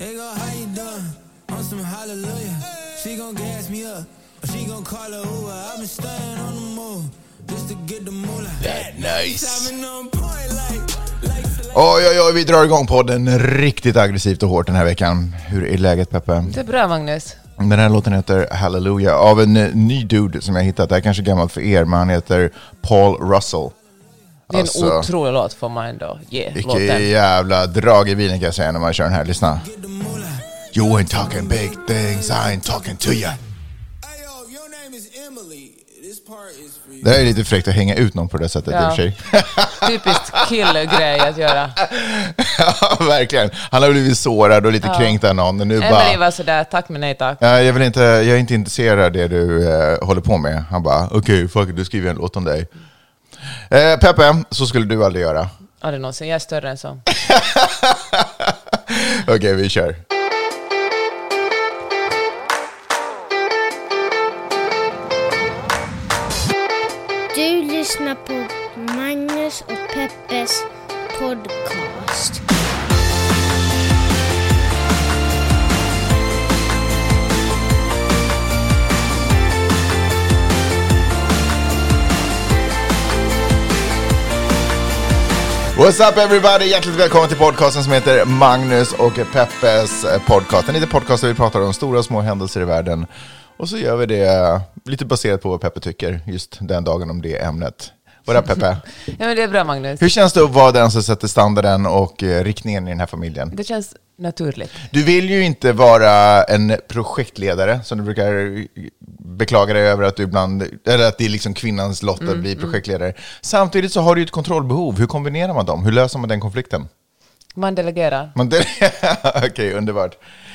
They go, how you doing? On some hallelujah. She gon' gas me up. She gon' call her Uber. I've been staying on the move just to get the moolah. That nice. Oj, vi drar igång podden riktigt aggressivt och hårt den här veckan. Hur är läget, Peppe? Det är bra, Magnus. Den här låten heter Hallelujah av en ny dude som jag hittat. Det här kanske är gammalt för er, men han heter Paul Russell. Det är en otrolig låt för mig ändå. Vilken jävla drag i bilen kan jag säga när man kör den här. Lyssna. You ain't talking big things, I ain't talking to you. Det här är lite fräckt att hänga ut någon på det sättet. Ja. I sig. Typiskt kille-grej att göra. Ja, verkligen. Han har blivit sårad och lite kränkt av någon. Nu Emily var sådär, tack men nej tack. Jag är inte intresserad av det du håller på med. Han bara, okej, fuck, du skriver en låt om dig. Peppe, så skulle du aldrig göra. Aldrig någonsin, jag är större än så. Okej, vi kör. Du lyssnar på Magnus och Peppes podcast. What's up everybody? Hjärtligt välkommen till podcasten som heter Magnus och Peppes podcast. En liten podcast där vi pratar om stora och små händelser i världen. Och så gör vi det lite baserat på vad Peppe tycker just den dagen om det ämnet. Vad är Peppe? Ja, men det är bra, Magnus. Hur känns det att vara den som sätter standarden och riktningen i den här familjen? Det känns naturligt. Du vill ju inte vara en projektledare som du brukar beklaga dig över att du ibland, eller att det är liksom kvinnans lott att bli projektledare. Samtidigt så har du ju ett kontrollbehov. Hur kombinerar man dem? Hur löser man den konflikten? Man delegerar. Okej, underbart.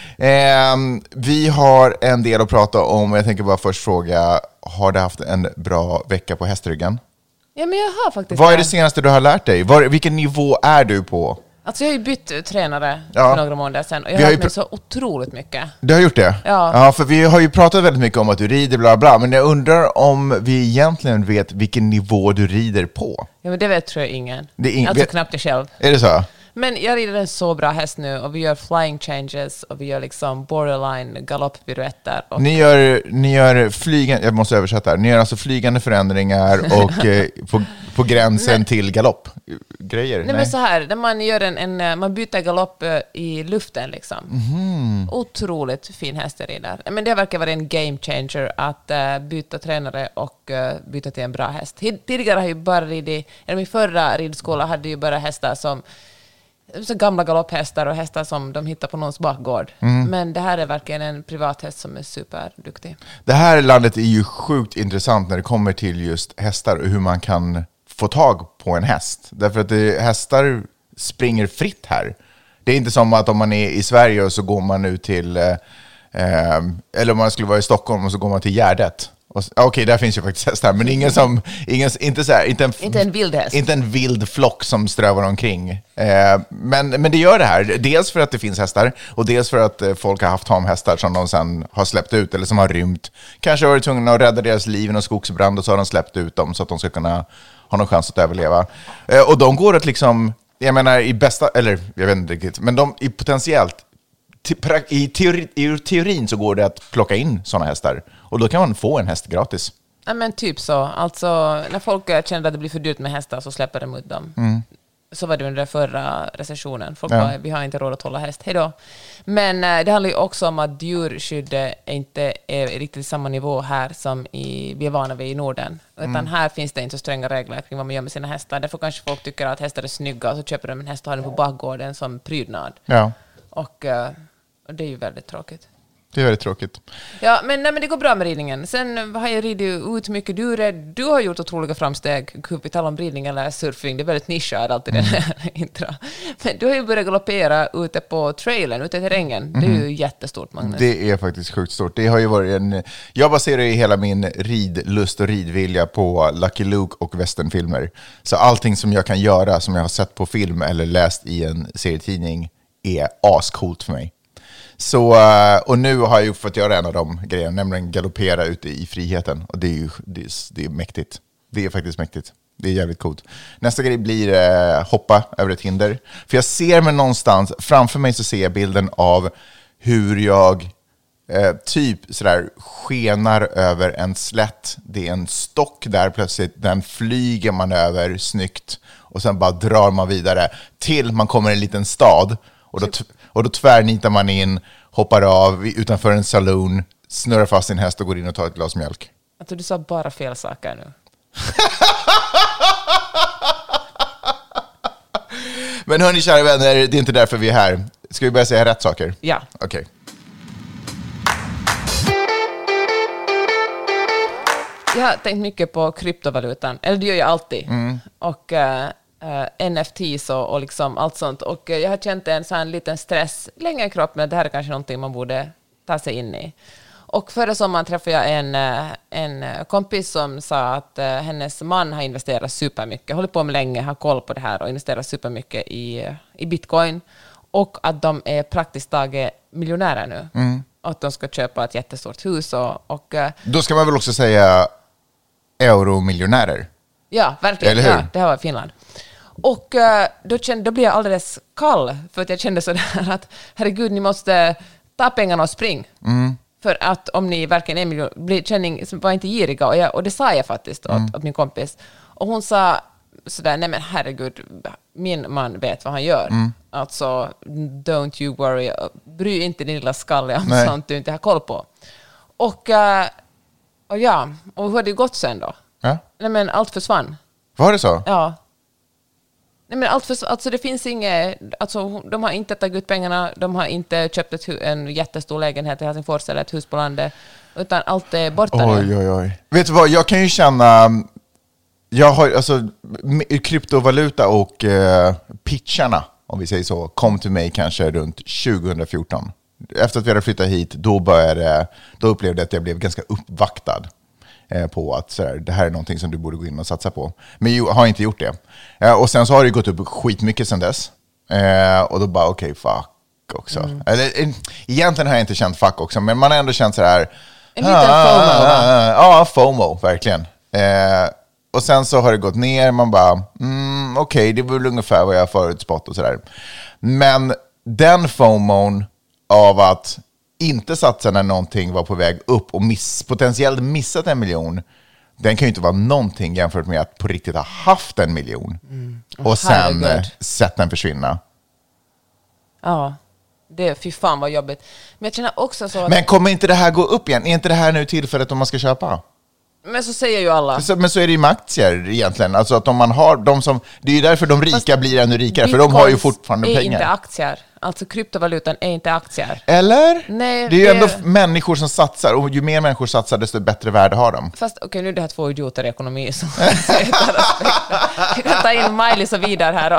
Vi har en del att prata om. Jag tänker bara först fråga, har du haft en bra vecka på hästryggen? Ja, men jag har faktiskt. Vad är det senaste du har lärt dig? Vilken nivå är du på? Alltså jag har ju bytt tränare för några månader sedan. Och jag har med så otroligt mycket. Du har gjort det? Ja, för vi har ju pratat väldigt mycket om att du rider bla bla. Men jag undrar om vi egentligen vet vilken nivå du rider på. Ja, men det vet tror jag ingen. Alltså knappt jag själv. Är det så? Men jag rider en så bra häst nu och vi gör flying changes och vi gör liksom borderline galopppiruetter. Och ni gör flygande, jag måste översätta här. Ni gör alltså flygande förändringar och på gränsen till galoppgrejer. Nej, men så här, när man gör man byter galopp i luften liksom. Otroligt fin häst rider. Men det verkar vara en game changer att byta tränare och byta till en bra häst. Tidigare har ju bara ridit, i min förra ridskola hade ju bara hästar som så gamla galopphästar och hästar som de hittar på någons bakgård. Men det här är verkligen en privathäst som är superduktig. Det här landet är ju sjukt intressant när det kommer till just hästar och hur man kan få tag på en häst. Därför att hästar springer fritt här. Det är inte som att om man är i Sverige och så går man ut till eller om man skulle vara i Stockholm och så går man till Gärdet. Okej, där finns ju faktiskt hästar, men inte en vild häst. Inte en vild flock som strövar omkring. Men det gör det här. Dels för att det finns hästar och dels för att folk har haft tamhästar som de sen har släppt ut eller som har rymt. Kanske har varit tvungna att rädda deras liv i någon skogsbrand och så har de släppt ut dem så att de ska kunna ha någon chans att överleva. Och de går att liksom, jag menar i bästa, eller jag vet inte riktigt, men de är potentiellt i teorin så går det att plocka in sådana hästar. Och då kan man få en häst gratis. Ja, men typ så. Alltså, när folk känner att det blir för dyrt med hästar så släpper de ut dem. Så var det under förra recessionen. Folk bara, vi har inte råd att hålla häst. Hej då. Men det handlar ju också om att djurskyddet inte är riktigt samma nivå här som vi är vana vid i Norden. Utan här finns det inte så stränga regler kring vad man gör med sina hästar. Därför kanske folk tycker att hästar är snygga och så köper de en häst och har den på bakgården som prydnad. Ja. Och det är ju väldigt tråkigt. Det är väldigt tråkigt. Ja, men det går bra med ridningen. Sen har jag ridit ut mycket. Du har gjort otroliga framsteg. Vi talar om ridning eller surfing. Det är väldigt nischad alltid den här intro. Men du har ju börjat galoppera ute på trailen, ute i terrängen. Det är ju jättestort, Magnus. Det är faktiskt sjukt stort. Det har ju varit jag baserar ju hela min ridlust och ridvilja på Lucky Luke och westernfilmer. Så allting som jag kan göra som jag har sett på film eller läst i en serietidning är ascoolt för mig. Så, och nu har jag ju fått göra en av de grejerna, nämligen galoppera ute i friheten. Och det är mäktigt. Det är faktiskt mäktigt. Det är jävligt coolt. Nästa grej blir hoppa över ett hinder. För jag ser mig någonstans, framför mig så ser jag bilden av hur jag typ sådär skenar över en slätt. Det är en stock där plötsligt, den flyger man över snyggt och sen bara drar man vidare till man kommer i en liten stad och då tvärnitar man in, hoppar av utanför en saloon, snurrar fast sin häst och går in och tar ett glas mjölk. Jag tror du sa bara fel saker nu. Men hörni, kära vänner, det är inte därför vi är här. Ska vi börja säga rätt saker? Ja. Okej. Jag har tänkt mycket på kryptovalutan, eller det gör jag alltid. Och NFTs och liksom allt sånt. Och jag har känt en sån liten stress länge i kroppen, att det här är kanske någonting man borde ta sig in i. Och förra sommaren träffade jag en kompis som sa att hennes man har investerat supermycket, hållit på med länge, har koll på det här och investerat supermycket i bitcoin. Och att de är praktiskt taget miljonärer nu. Att de ska köpa ett jättestort hus. Och Då ska man väl också säga euromiljonärer? ja, verkligen. Eller hur? Ja, det här var i Finland. Och då blev jag alldeles kall, för att jag kände sådär att herregud, ni måste ta pengarna och spring. För att om ni verkligen var inte giriga. Och det sa jag faktiskt åt min kompis. Och hon sa sådär, nej men herregud, min man vet vad han gör. Alltså, don't you worry. Bry inte din lilla skalle om sånt du inte har koll på. Och hur har det gått sen då? Ja. Nej men allt försvann. Var det så? Ja. Nej men alltså det finns inget, alltså de har inte tagit ut pengarna, de har inte köpt en jättestor lägenhet i Helsingfors eller ett hus på landet, utan allt är borta nu. Oj. Vet du vad, jag kan ju känna, jag har alltså kryptovaluta och pitcharna, om vi säger så, kom till mig kanske runt 2014. Efter att vi hade flyttat hit, då upplevde jag att jag blev ganska uppvaktad på att sådär, det här är någonting som du borde gå in och satsa på. Men jag har inte gjort det. Och sen så har det gått upp skitmycket sen dess. Och då bara okej, fuck också. Eller, egentligen har jag inte känt fuck också, men man har ändå känt sådär. En liten FOMO, va? Ja, FOMO, verkligen. Och sen så har det gått ner, man bara, okej, det var väl ungefär vad jag har förutspått och sådär. Men den FOMOn av att inte satsa när någonting var på väg upp och potentiellt missat 1 miljon, den kan ju inte vara någonting jämfört med att på riktigt ha haft 1 miljon och sen sett den försvinna. Ja, fy fan vad jobbigt. Men jag känner också så att... Men kommer inte det här gå upp igen? Är inte det här nu tillfället om man ska köpa? Men så säger ju alla. Men så är det ju med aktier egentligen. Alltså att om man har de som... Det är ju därför de rika blir ännu rikare, för de har ju fortfarande pengar. Bitcoins är inte aktier. Alltså kryptovalutan är inte aktier. Eller? Nej, det är ju ändå människor som satsar, och ju mer människor satsar, desto bättre värde har de. Fast okej, nu är det här 2 idioter i ekonomi som jag kan ta in Maj-Lis och vidare här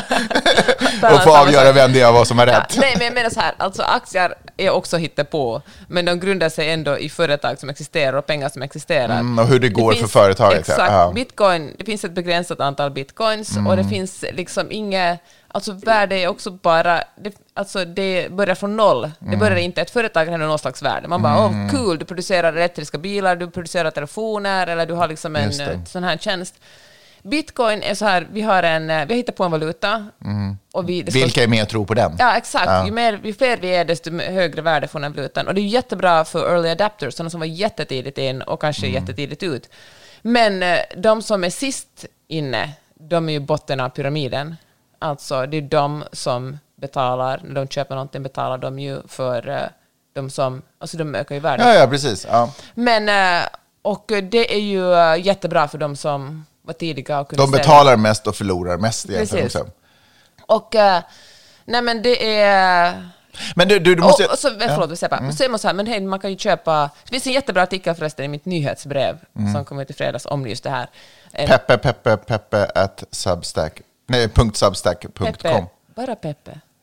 och få avgöra vem det är vad som är rätt. Nej, men jag menar så här, alltså aktier är också hittepå, men de grundar sig ändå i företag som existerar och pengar som existerar. Och hur det går för företaget. Exakt. Ja. Bitcoin, det finns ett begränsat antal bitcoins och det finns liksom inget... Alltså värde är också bara... Det börjar från noll. Det börjar inte... Ett företag har någon slags värde. Man bara, cool, du producerar elektriska bilar, du producerar telefoner, eller du har liksom en sån här tjänst. Bitcoin är så här, vi har hittat på en valuta. Och vilka är med och tror på den? Ja, exakt. Ja. Ju fler vi är, desto högre värde får den valutan. Och det är jättebra för early adapters, sådana som var jättetidigt in och kanske jättetidigt ut. Men de som är sist inne, de är ju botten av pyramiden. Alltså, det är de som betalar, när de köper någonting betalar de ju för de som, alltså de ökar ju värdet. Ja, precis. Ja. Men, och det är ju jättebra för de som var tidiga och kunde de betalar mest och förlorar mest egentligen också. Och, nej men det är... Men du måste... Förlåt, så man så här, men hej, man kan ju köpa... Det finns en jättebra artikel förresten i mitt nyhetsbrev som kom ut i fredags om just det här. Peppe at Substack. Nej, .substack.com. Bara Peppe.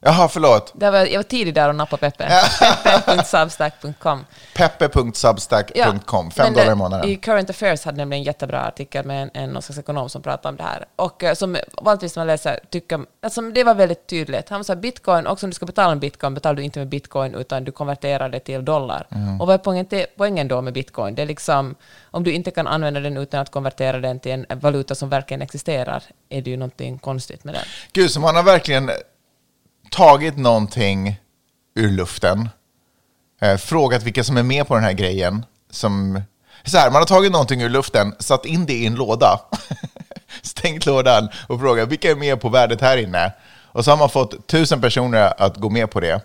Jaha, förlåt. Jag var tidig där och nappade Peppe. Peppe.substack.com. Peppe.substack.com, $5 i månaden. I Current Affairs hade nämligen en jättebra artikel med någon slags ekonom som pratade om det här. Och som vanligtvis man läser tycker, alltså det var väldigt tydligt. Han sa bitcoin, också om du ska betala en bitcoin betalar du inte med bitcoin utan du konverterar det till dollar. Och vad är poängen då med bitcoin? Det är liksom, om du inte kan använda den utan att konvertera den till en valuta som verkligen existerar, är det ju någonting konstigt med den. Gud, så man har verkligen tagit någonting ur luften, frågat vilka som är med på den här grejen. Man har tagit någonting ur luften, satt in det i en låda, stängt lådan och frågat vilka är med på värdet här inne. Och så har man fått 1000 personer att gå med på det.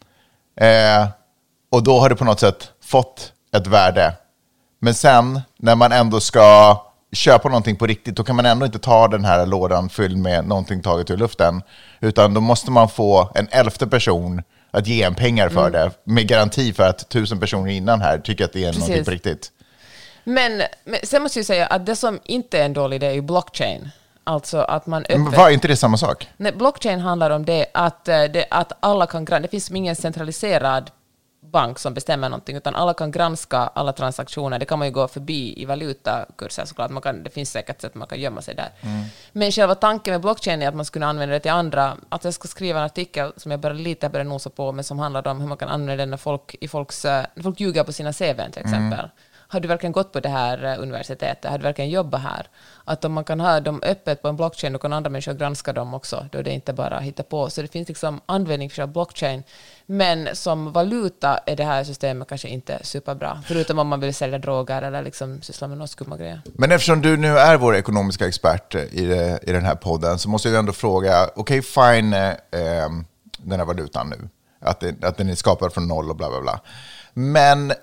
Och då har det på något sätt fått ett värde. Men sen, när man ändå ska köpa någonting på riktigt, då kan man ändå inte ta den här lådan fylld med någonting taget ur luften. Utan då måste man få en 11:e person att ge en pengar för det. Med garanti för att 1000 personer innan här tycker att det är någonting på riktigt. Men sen måste jag säga att det som inte är en dålig idé är ju blockchain. Alltså att man öppet... Men var inte det samma sak? Nej, blockchain handlar om det att alla kan... Det finns ingen centraliserad bank som bestämmer någonting, utan alla kan granska alla transaktioner. Det kan man ju gå förbi i valutakurser såklart. Det finns säkert sätt man kan gömma sig där. Men själva tanken med blockchain är att man skulle använda det till andra. Att jag ska skriva en artikel som jag bara lite börjar nosa på, men som handlar om hur man kan använda den när folk ljuger på sina CV:n till exempel. Har du verkligen gått på det här universitetet? Har du verkligen jobbat här? Att om man kan ha dem öppet på en blockchain och kan andra människor granska dem också, då är det inte bara hitta på. Så det finns liksom användning för blockchain. Men som valuta är det här systemet kanske inte superbra. Förutom om man vill sälja droger eller liksom syssla med något skumma grejer. Men eftersom du nu är vår ekonomiska expert i den här podden, så måste jag ändå fråga, okej, fine, den här valutan nu. Att den är skapad från noll och bla bla bla. Men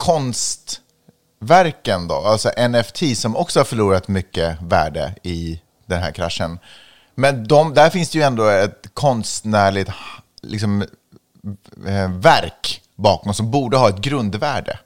konstverken då, alltså NFT som också har förlorat mycket värde i den här kraschen. Men där finns det ju ändå ett konstnärligt liksom, verk bakom som borde ha ett grundvärde.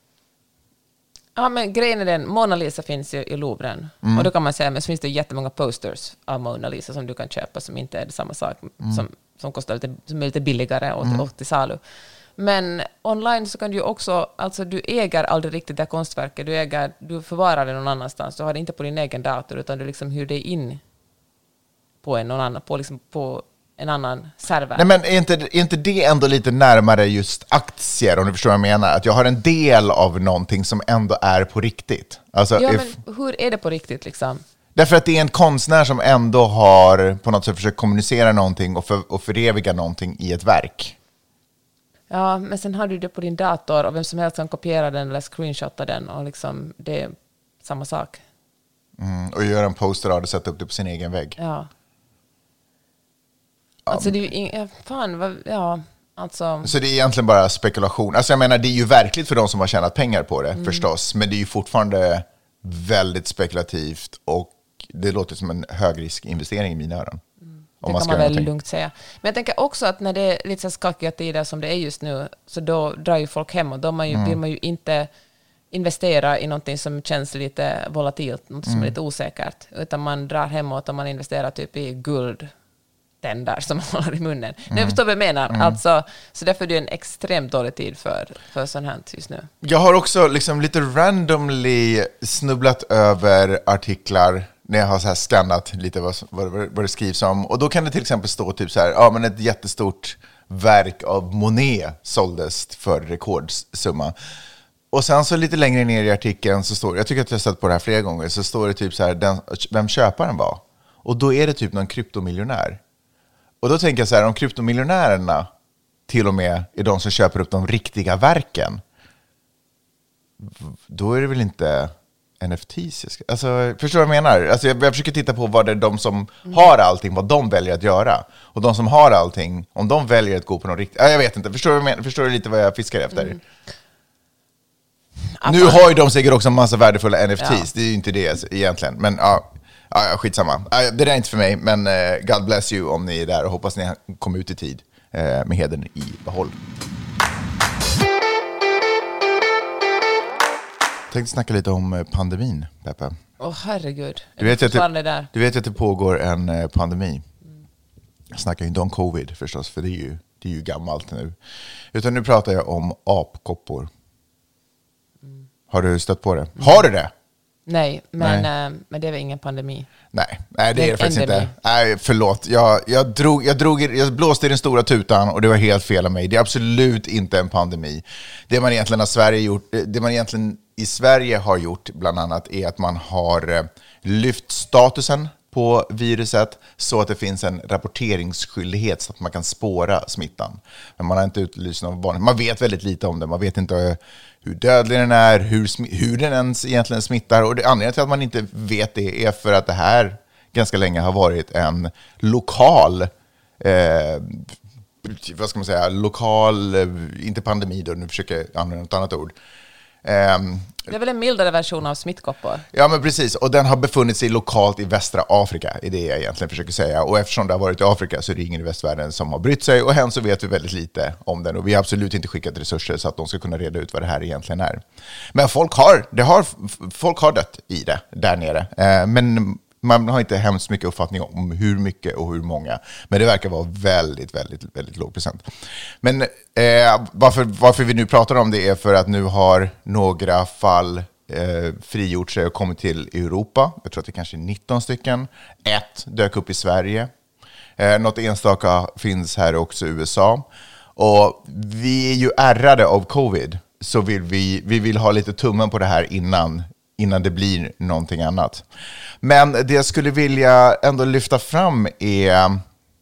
Ja, men grejen är den, Mona Lisa finns ju i Louvren. Och då kan man säga, men så finns det jättemånga posters av Mona Lisa som du kan köpa som inte är samma sak, som kostar som är lite billigare och till salu. Men online så kan du ju också, alltså du äger aldrig riktigt det konstverket, du förvarar det någon annanstans, du har det inte på din egen dator utan du liksom hyr det in på en annan server. Nej, men är inte det ändå lite närmare just aktier, om du förstår vad jag menar? Att jag har en del av någonting som ändå är på riktigt. Alltså, ja, men hur är det på riktigt liksom? Därför att det är en konstnär som ändå har på något sätt försökt kommunicera någonting och föreviga någonting i ett verk. Ja, men sen har du det på din dator och vem som helst kan kopiera den eller screenshotta den och liksom det är samma sak. Och göra en poster av det och sätta upp det på sin egen vägg. Ja. Alltså det är ju alltså... Så det är egentligen bara spekulation. Alltså jag menar, det är ju verkligt för de som har tjänat pengar på det förstås, men det är ju fortfarande väldigt spekulativt och det låter som en högriskinvestering i mina öron. Det kan man väl lugnt säga. Men jag tänker också att när det är lite så skakiga tider som det är just nu, så då drar ju folk hem och då vill man ju inte investera i någonting som känns lite volatilt, något som är lite osäkert, utan man drar hemåt och man investerar typ i guld, tänder som man håller i munnen. Nu förstår vad jag menar. Alltså, så därför är det en extremt dålig tid för sånt här just nu. Jag har också liksom lite randomly snubblat över artiklar när jag har så här skannat lite vad det skrivs om. Och då kan det till exempel stå typ så här, men ett jättestort verk av Monet såldes för rekordsumma. Och sen så lite längre ner i artikeln så står det, jag tycker att jag har sett på det här flera gånger, så står det typ så här, vem köparen var. Och då är det typ någon kryptomiljonär. Och då tänker jag så här, om kryptomiljonärerna till och med är de som köper upp de riktiga verken, då är det väl inte NFTs? Alltså, förstår du vad jag menar? Alltså, jag försöker titta på vad det är de som har allting, vad de väljer att göra. Och de som har allting, om de väljer att gå på något riktigt... jag vet inte, förstår du lite vad jag fiskar efter? Nu har ju de säkert också en massa värdefulla NFTs, det är ju inte det egentligen. Men skitsamma. Det där är inte för mig, men God bless you om ni är där och hoppas ni kommer ut i tid med hedern i behåll. Jag tänkte snacka lite om pandemin, Peppe. Herregud. Du vet att det pågår en pandemi. Jag snackar ju inte om covid förstås, för det är ju gammalt nu. Utan nu pratar jag om apkoppor. Har du stött på det? Har du det? Nej, men det är väl ingen pandemi. Nej, det är det faktiskt inte. Nej, förlåt. Jag blåste i den stora tutan och det var helt fel av mig. Det är absolut inte en pandemi. Det man egentligen i Sverige har gjort bland annat är att man har lyft statusen på viruset så att det finns en rapporteringsskyldighet så att man kan spåra smittan. Men man har inte utlyst någon varning. Man vet väldigt lite om det. Man vet inte hur dödlig den är, hur den ens egentligen smittar. Och det anledningen till att man inte vet det är för att det här ganska länge har varit en lokal, inte pandemi då, nu försöker jag använda något annat ord. Det är väl en mildare version av smittkoppor? Ja, men precis. Och den har befunnit sig lokalt i västra Afrika, är det jag egentligen försöker säga. Och eftersom det har varit i Afrika så är det ingen i västvärlden som har brytt sig. Och så vet vi väldigt lite om den. Och vi har absolut inte skickat resurser så att de ska kunna reda ut vad det här egentligen är. Men folk har dött i det där nere. Men man har inte hemskt mycket uppfattning om hur mycket och hur många. Men det verkar vara väldigt, väldigt, väldigt låg procent. Men varför vi nu pratar om det är för att nu har några fall frigjort sig och kommit till Europa. Jag tror att det kanske är 19 stycken. 1 dök upp i Sverige. Något enstaka finns här också i USA. Och vi är ju ärrade av covid. Så vi vill ha lite tummen på det här innan det blir någonting annat. Men det jag skulle vilja ändå lyfta fram är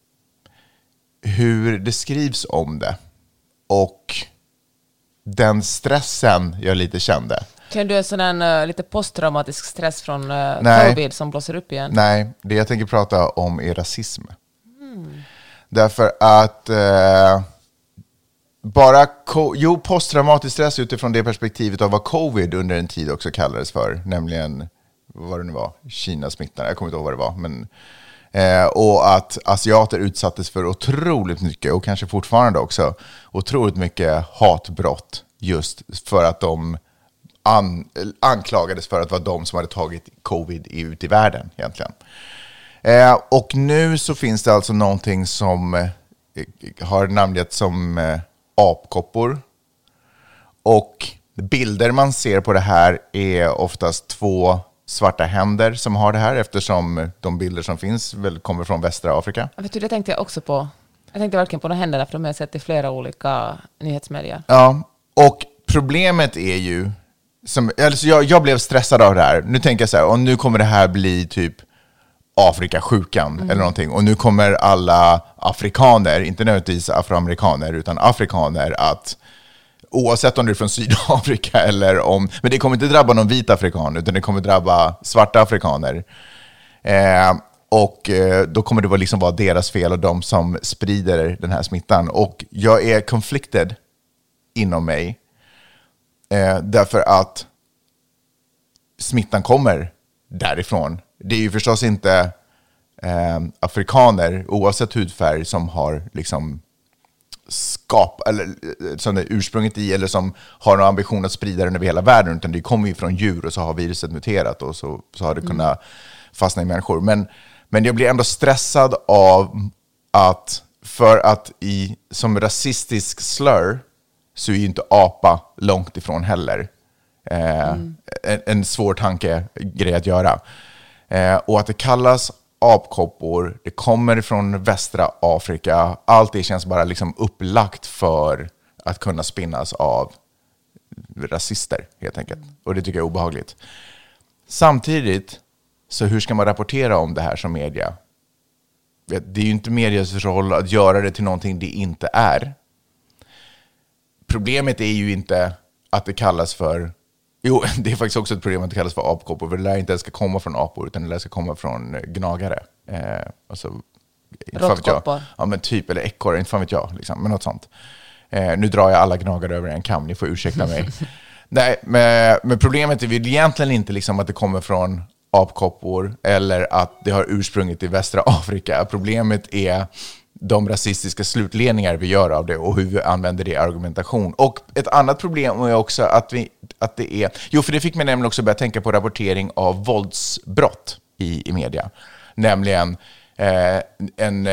hur det skrivs om det. Och den stressen jag lite kände. Kan du ha sån lite posttraumatisk stress från covid som blåser upp igen? Nej, det jag tänker prata om är rasism. Därför att posttraumatisk stress utifrån det perspektivet av vad covid under en tid också kallades för, nämligen vad det nu var, Kina-smittan, jag kommer inte ihåg vad det var, men och att asiater utsattes för otroligt mycket, och kanske fortfarande också otroligt mycket hatbrott just för att de anklagades för att vara de som hade tagit covid ut i världen egentligen. Och nu så finns det alltså någonting som har namngetts som apkoppor. Och bilder man ser på det här är oftast 2 svarta händer som har det här, eftersom de bilder som finns väl kommer från västra Afrika. Vet du, det tänkte jag också på. Jag tänkte verkligen på de händerna, för de har jag sett i flera olika nyhetsmedier. Ja, och problemet är ju jag blev stressad av det här. Nu tänker jag så här, och nu kommer det här bli typ Afrikasjukan eller någonting. Och nu kommer alla afrikaner, inte nödvändigtvis afroamerikaner, utan afrikaner att, oavsett om du är från Sydafrika eller om, men det kommer inte drabba någon vit afrikan, utan det kommer drabba svarta afrikaner. Och då kommer det liksom vara deras fel och de som sprider den här smittan. Och jag är conflicted inom mig. Därför att smittan kommer därifrån. Det är ju förstås inte afrikaner, oavsett hudfärg, som har liksom eller som det är ursprunget i, eller som har någon ambition att sprida den över hela världen, utan det kommer ju från djur, och så har viruset muterat och så har det kunnat fastna i människor. Men jag blir ändå stressad av att, för att som rasistisk slur så är ju inte apa långt ifrån heller. En svår tankegrej att göra. Och att det kallas apkoppor, det kommer från västra Afrika. Allt det känns bara liksom upplagt för att kunna spinnas av rasister, helt enkelt. Och det tycker jag är obehagligt. Samtidigt, så hur ska man rapportera om det här som media? Det är ju inte medias roll att göra det till någonting det inte är. Problemet är ju inte att det kallas för... Jo, det är faktiskt också ett problem att det kallas för apkoppor. För det lär inte ens ska komma från apor, utan det lär ska komma från gnagare. Alltså, råttkoppor. Ja, men typ, eller ekorre, inte fan vet jag. Liksom, men något sånt. Nu drar jag alla gnagare över en kam, ni får ursäkta mig. Nej, men problemet är väl egentligen inte liksom att det kommer från apkoppor eller att det har ursprunget i västra Afrika. Problemet är de rasistiska slutledningar vi gör av det och hur vi använder det i argumentation. Och ett annat problem är också att det är... Jo, för det fick mig nämligen också börja tänka på rapportering av våldsbrott i media. Nämligen en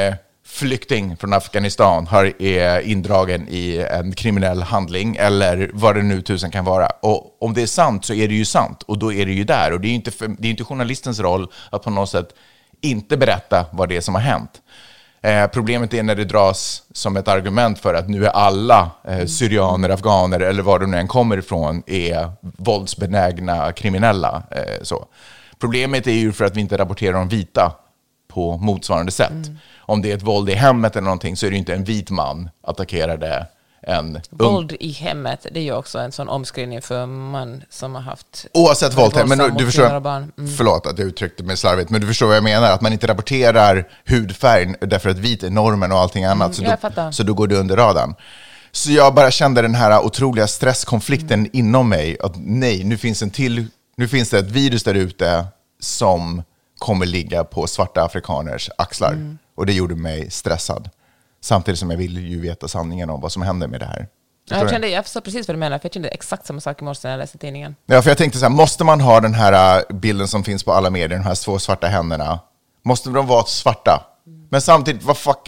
flykting från Afghanistan är indragen i en kriminell handling eller vad det nu tusen kan vara. Och om det är sant så är det ju sant och då är det ju där. Och det är inte journalistens roll att på något sätt inte berätta vad det är som har hänt. Problemet är när det dras som ett argument för att nu är alla syrianer, afghaner eller var de än kommer ifrån är våldsbenägna kriminella. Så. Problemet är ju för att vi inte rapporterar om vita på motsvarande sätt. Om det är ett våld i hemmet eller någonting så är det inte en vit man attackerade en våld i hemmet, det är ju också en sån omskrivning för man som har haft oavsett våldtäkt, men du förstår, förlåt att jag uttryckte mig slarvigt, men du förstår vad jag menar, att man inte rapporterar hudfärg därför att vit är normen och allting annat, så då går det under radarn. Så jag bara kände den här otroliga stresskonflikten inom mig, att nej, nu finns det ett virus där ute som kommer ligga på svarta afrikaners axlar, och det gjorde mig stressad. Samtidigt som jag vill ju veta sanningen om vad som händer med det här. Jag förstår precis vad du menar, för jag kände exakt samma sak i morse när jag läste tidningen. Ja, för jag tänkte så här, måste man ha den här bilden som finns på alla medier, de här två svarta händerna? Måste de vara svarta? Men samtidigt,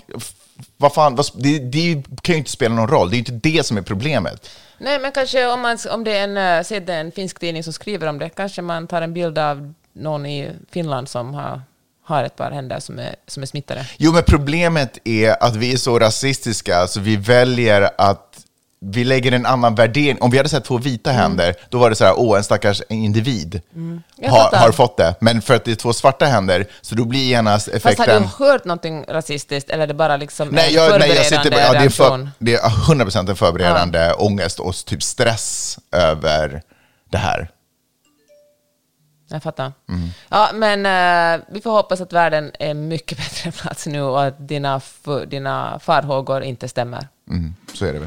det kan ju inte spela någon roll. Det är inte det som är problemet. Nej, men kanske om det är en finsk tidning som skriver om det, kanske man tar en bild av någon i Finland som har ett par händer som är smittade. Jo, men problemet är att vi är så rasistiska så vi väljer att vi lägger en annan värdering. Om vi hade sett två vita händer, då var det så här, en stackars individ har fått det. Men för att det är två svarta händer, så då blir genast effekten... Fast har du hört någonting rasistiskt, eller är det bara liksom förberedande reaktion? Det är 100% en förberedande ångest och typ stress över det här. Jag fattar. Ja, men vi får hoppas att världen är mycket bättre plats nu och att dina farhågor inte stämmer. Så är det väl.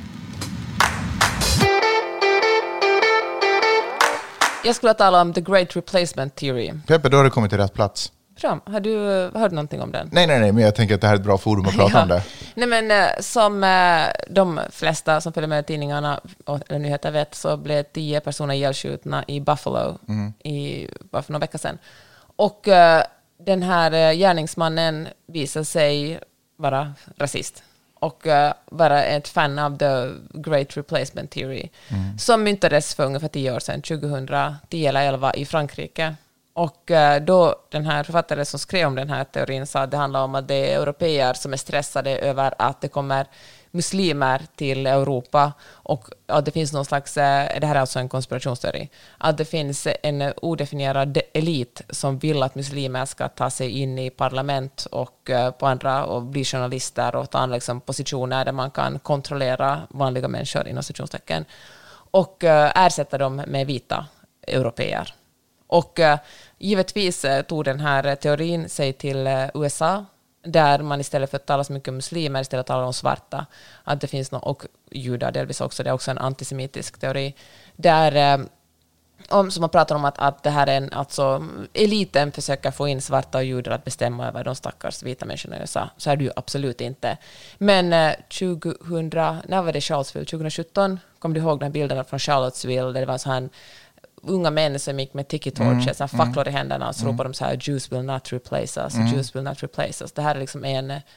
Jag skulle tala om The Great Replacement Theory. Peppe, då har du kommit till rätt plats. Bra. Har du hört någonting om den? Nej, men jag tänker att det här är ett bra forum att prata om det. Nej, men som de flesta som följer med tidningarna eller nyheter vet, så blev 10 personer ihjälskjutna i Buffalo bara för några veckor sedan. Och den här gärningsmannen visade sig vara rasist och vara ett fan av The Great Replacement Theory som myntades för ungefär 10 år sedan, 2010 eller 2011 i Frankrike. Och då den här författaren som skrev om den här teorin sa att det handlar om att det är europeer som är stressade över att det kommer muslimer till Europa och att det finns någon slags, det här är alltså en konspirationsteori, att det finns en odefinierad elit som vill att muslimer ska ta sig in i parlament och på andra och bli journalister och ta an liksom positioner där man kan kontrollera vanliga människor inom situationstecken och ersätta dem med vita europeer. Och givetvis tog den här teorin sig till USA, där man istället för att tala så mycket om muslimer istället talar om svarta, att det finns och judar delvis också, det är också en antisemitisk teori, där som man pratar om att det här är alltså eliten försöker få in svarta och judar att bestämma över de stackars vita människorna i USA. Så är det ju absolut inte. Men när var det Charlottesville? 2017 kom du ihåg den här bilderna från Charlottesville där det var så här unga män som gick med tiki torches, facklor i händerna och så ropade de så här Jews will not replace us, Jews will not replace us. Det här är liksom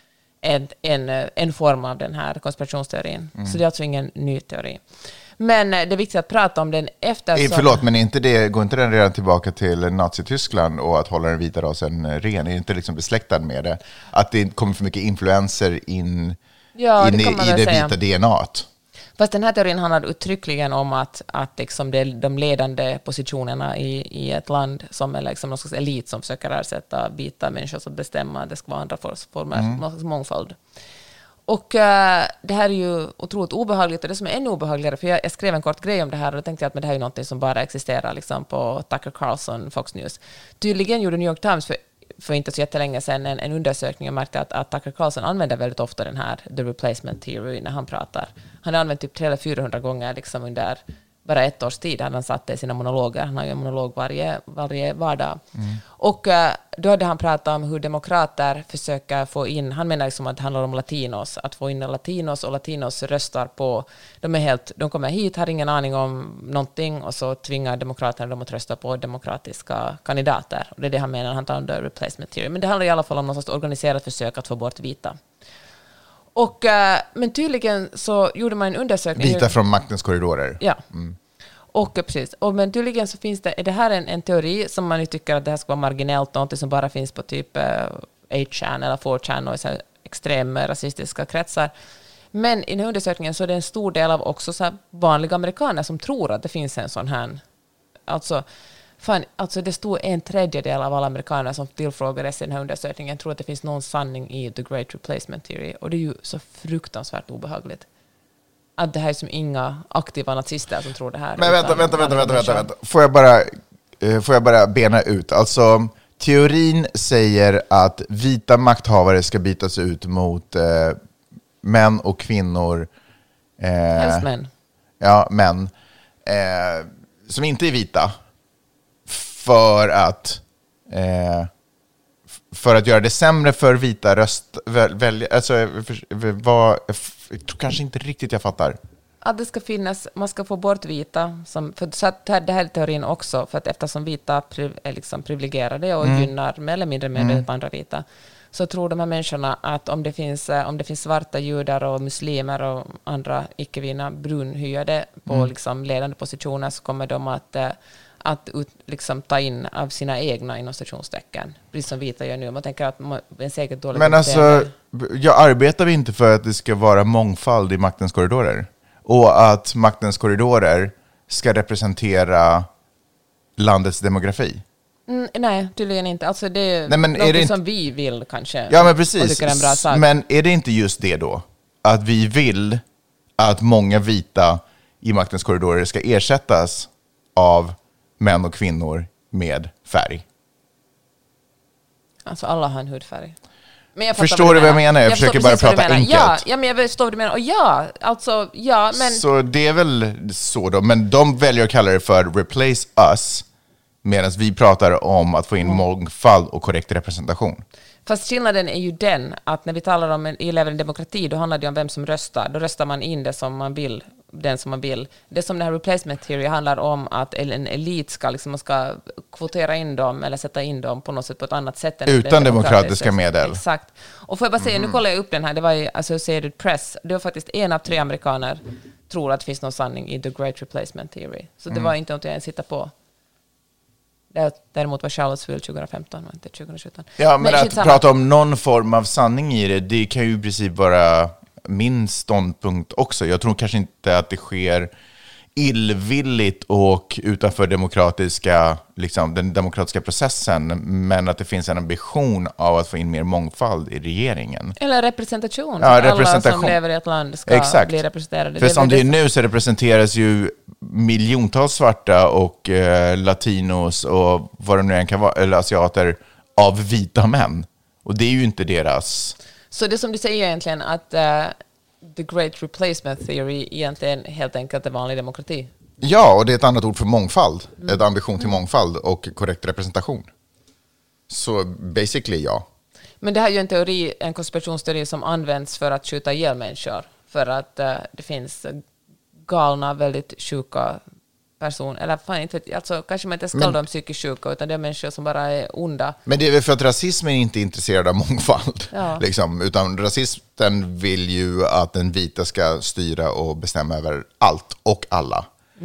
en form av den här konspirationsteorin. Så det är alltså ingen ny teori. Men det är viktigt att prata om den efter... Förlåt, men går inte den redan tillbaka till Nazityskland och att hålla den vita rasen ren? Är inte liksom besläktad med det? Att det kommer för mycket influenser in i det vita DNA:t? Fast den här teorin handlar uttryckligen om att liksom det är de ledande positionerna i ett land som är liksom någon slags elit som försöker ersätta vita människor som bestämmer. Det ska vara andra former, någon slags mångfald. Och det här är ju otroligt obehagligt, och det som är ännu obehagligare, för jag skrev en kort grej om det här och då tänkte jag att men det här är något som bara existerar liksom på Tucker Carlson, Fox News. Tydligen gjorde New York Times för inte så jättelänge sedan en undersökning och märkte att Tucker Carlson använder väldigt ofta den här The Replacement Theory när han pratar. Han har använt typ 300-400 gånger liksom under bara ett års tid. Han satt det i sina monologer. Han har ju en monolog varje vardag. Och då hade han pratat om hur demokrater försöker få in, han menar liksom att det handlar om latinos, att få in latinos, och latinos röstar på, de kommer hit, har ingen aning om någonting, och så tvingar demokraterna dem att rösta på demokratiska kandidater. Och det är det han menar, han tar under replacement theory. Men det handlar i alla fall om något sorts organiserat försök att få bort vita. Och, men tydligen så gjorde man en undersökning. Vita från maktens korridorer. Ja. Och precis. Men tydligen så finns det här en teori som man ju tycker att det här ska vara marginellt, någonting som bara finns på typ 8chan eller 4chan och i så här extrem rasistiska kretsar. Men i den här undersökningen så är det en stor del av också så här vanliga amerikaner som tror att det finns en sån här. Alltså det stod 1/3 av alla amerikaner som tillfrågades i den här undersökningen tror att det finns någon sanning i The Great Replacement Theory. Och det är ju så fruktansvärt obehagligt. Att det här är som inga aktiva nazister som tror det här. Men vänta. Får jag bara bena ut. Alltså, teorin säger att vita makthavare ska bytas ut mot män och kvinnor. Helst män. Ja, män. Som inte är vita. För att göra det sämre för vita väljare. Alltså, jag tror kanske inte riktigt jag fattar. Att det ska finnas, man ska få bort vita. Så att det här är teorin också, för att eftersom vita är liksom privilegierade och gynnar mer eller mindre medvetet andra vita, så tror de här människorna att om det finns svarta judar och muslimer och andra icke-vita brunhyade på liksom ledande positioner, så kommer de att liksom ta in av sina egna inom stationstecken, precis som vita gör nu. Man tänker att en säkert dålig. Men alltså, jag arbetar vi inte för att det ska vara mångfald i maktens korridorer? Och att maktens korridorer ska representera landets demografi? Nej, tydligen inte. Alltså det är något som vi vill kanske. Ja, men precis. Är en bra sak. Men är det inte just det då? Att vi vill att många vita i maktens korridorer ska ersättas av män och kvinnor med färg? Alltså alla har en hudfärg. Men förstår du vad jag menar? Jag försöker bara prata enkelt. Ja, men jag förstår vad du menar. Och men... Så det är väl så då. Men de väljer att kalla det för replace us, medan vi pratar om att få in mångfald och korrekt representation. Fast skillnaden är ju den att när vi talar om en levande demokrati, då handlar det om vem som röstar. Då röstar man in det som man vill, den som man vill. Det som det här replacement theory handlar om, att en elit ska liksom, man ska kvotera in dem eller sätta in dem på något sätt på ett annat sätt än utan demokratiska medel. Exakt. Och får jag bara säga, nu kollar jag upp den här, det var i Associated Press. Det var faktiskt 1 av 3 amerikaner tror att det finns någon sanning i The Great Replacement Theory. Så det var inte något jag ens hittade på. Däremot var Charlottesville 2015 och inte 2017. Ja, men att prata om någon form av sanning i det kan ju i princip vara min ståndpunkt också. Jag tror kanske inte att det sker illvilligt och utanför den demokratiska processen, men att det finns en ambition av att få in mer mångfald i regeringen. Eller representation. Ja, alla som lever i ett land ska bli representerade. För som det är nu så representeras ju miljontals svarta och latinos och vad det nu än kan vara, eller asiater, av vita män. Och det är ju inte deras... Så det som du säger egentligen att The Great Replacement Theory egentligen helt enkelt är vanlig demokrati? Ja, och det är ett annat ord för mångfald. Ett ambition till mångfald och korrekt representation. Så basically ja. Men det här är ju en konspirationsteori som används för att skjuta ihjäl människor. För att det finns galna, väldigt sjuka personer. Eller fan inte, alltså kanske man inte ska kalla dem psykiskt sjuka, utan det är människor som bara är onda. Men det är väl för att rasismen inte är intresserad av mångfald. Ja. Liksom, utan rasisten vill ju att den vita ska styra och bestämma över allt och alla.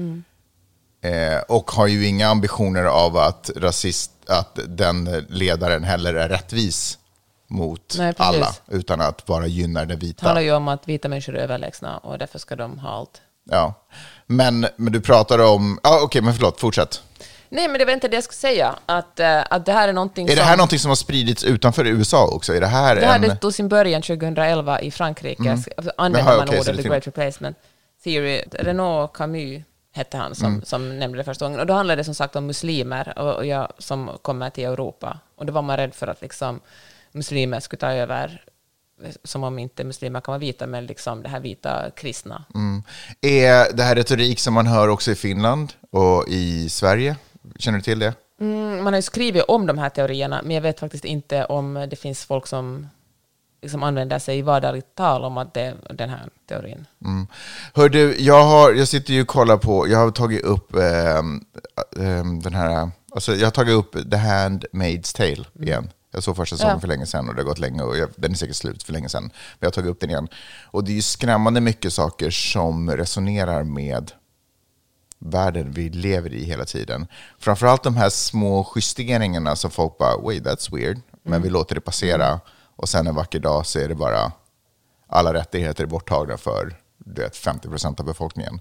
Och har ju inga ambitioner av att den ledaren heller är rättvis mot alla, utan att bara gynna det vita. Det handlar ju om att vita människor är överlägsna och därför ska de ha allt. Ja, men du pratar om... Okej, men förlåt, fortsätt. Nej, men det var inte det jag skulle säga. Att det här är någonting som... Är det här någonting som har spridits utanför USA också? Det här tog sin början 2011 i Frankrike. Använder man ordet The Great Replacement Theory. Renaud Camus hette han som nämnde det första gången. Och då handlade det som sagt om muslimer och jag som kommer till Europa. Och då var man rädd för att liksom, muslimer skulle ta över, som om inte muslimer kan vara vita, men liksom det här vita kristna. Är det här retorik som man hör också i Finland och i Sverige? Känner du till det? Man har ju skrivit om de här teorierna, men jag vet faktiskt inte om det finns folk som liksom använder sig i vardagligt tal om att det är den här teorin. Hör du, jag sitter ju och kollar på, jag har tagit upp den här, alltså jag har tagit upp The Handmaid's Tale igen. Jag såg första säsongen för länge sedan och det har gått länge och den är säkert slut för länge sedan. Men jag har tagit upp den igen. Och det är ju skrämmande mycket saker som resonerar med världen vi lever i hela tiden. Framförallt de här små justeringarna som folk bara, wait, that's weird. Men vi låter det passera. Och sen en vacker dag så är det bara alla rättigheter är borttagna för 50% av befolkningen.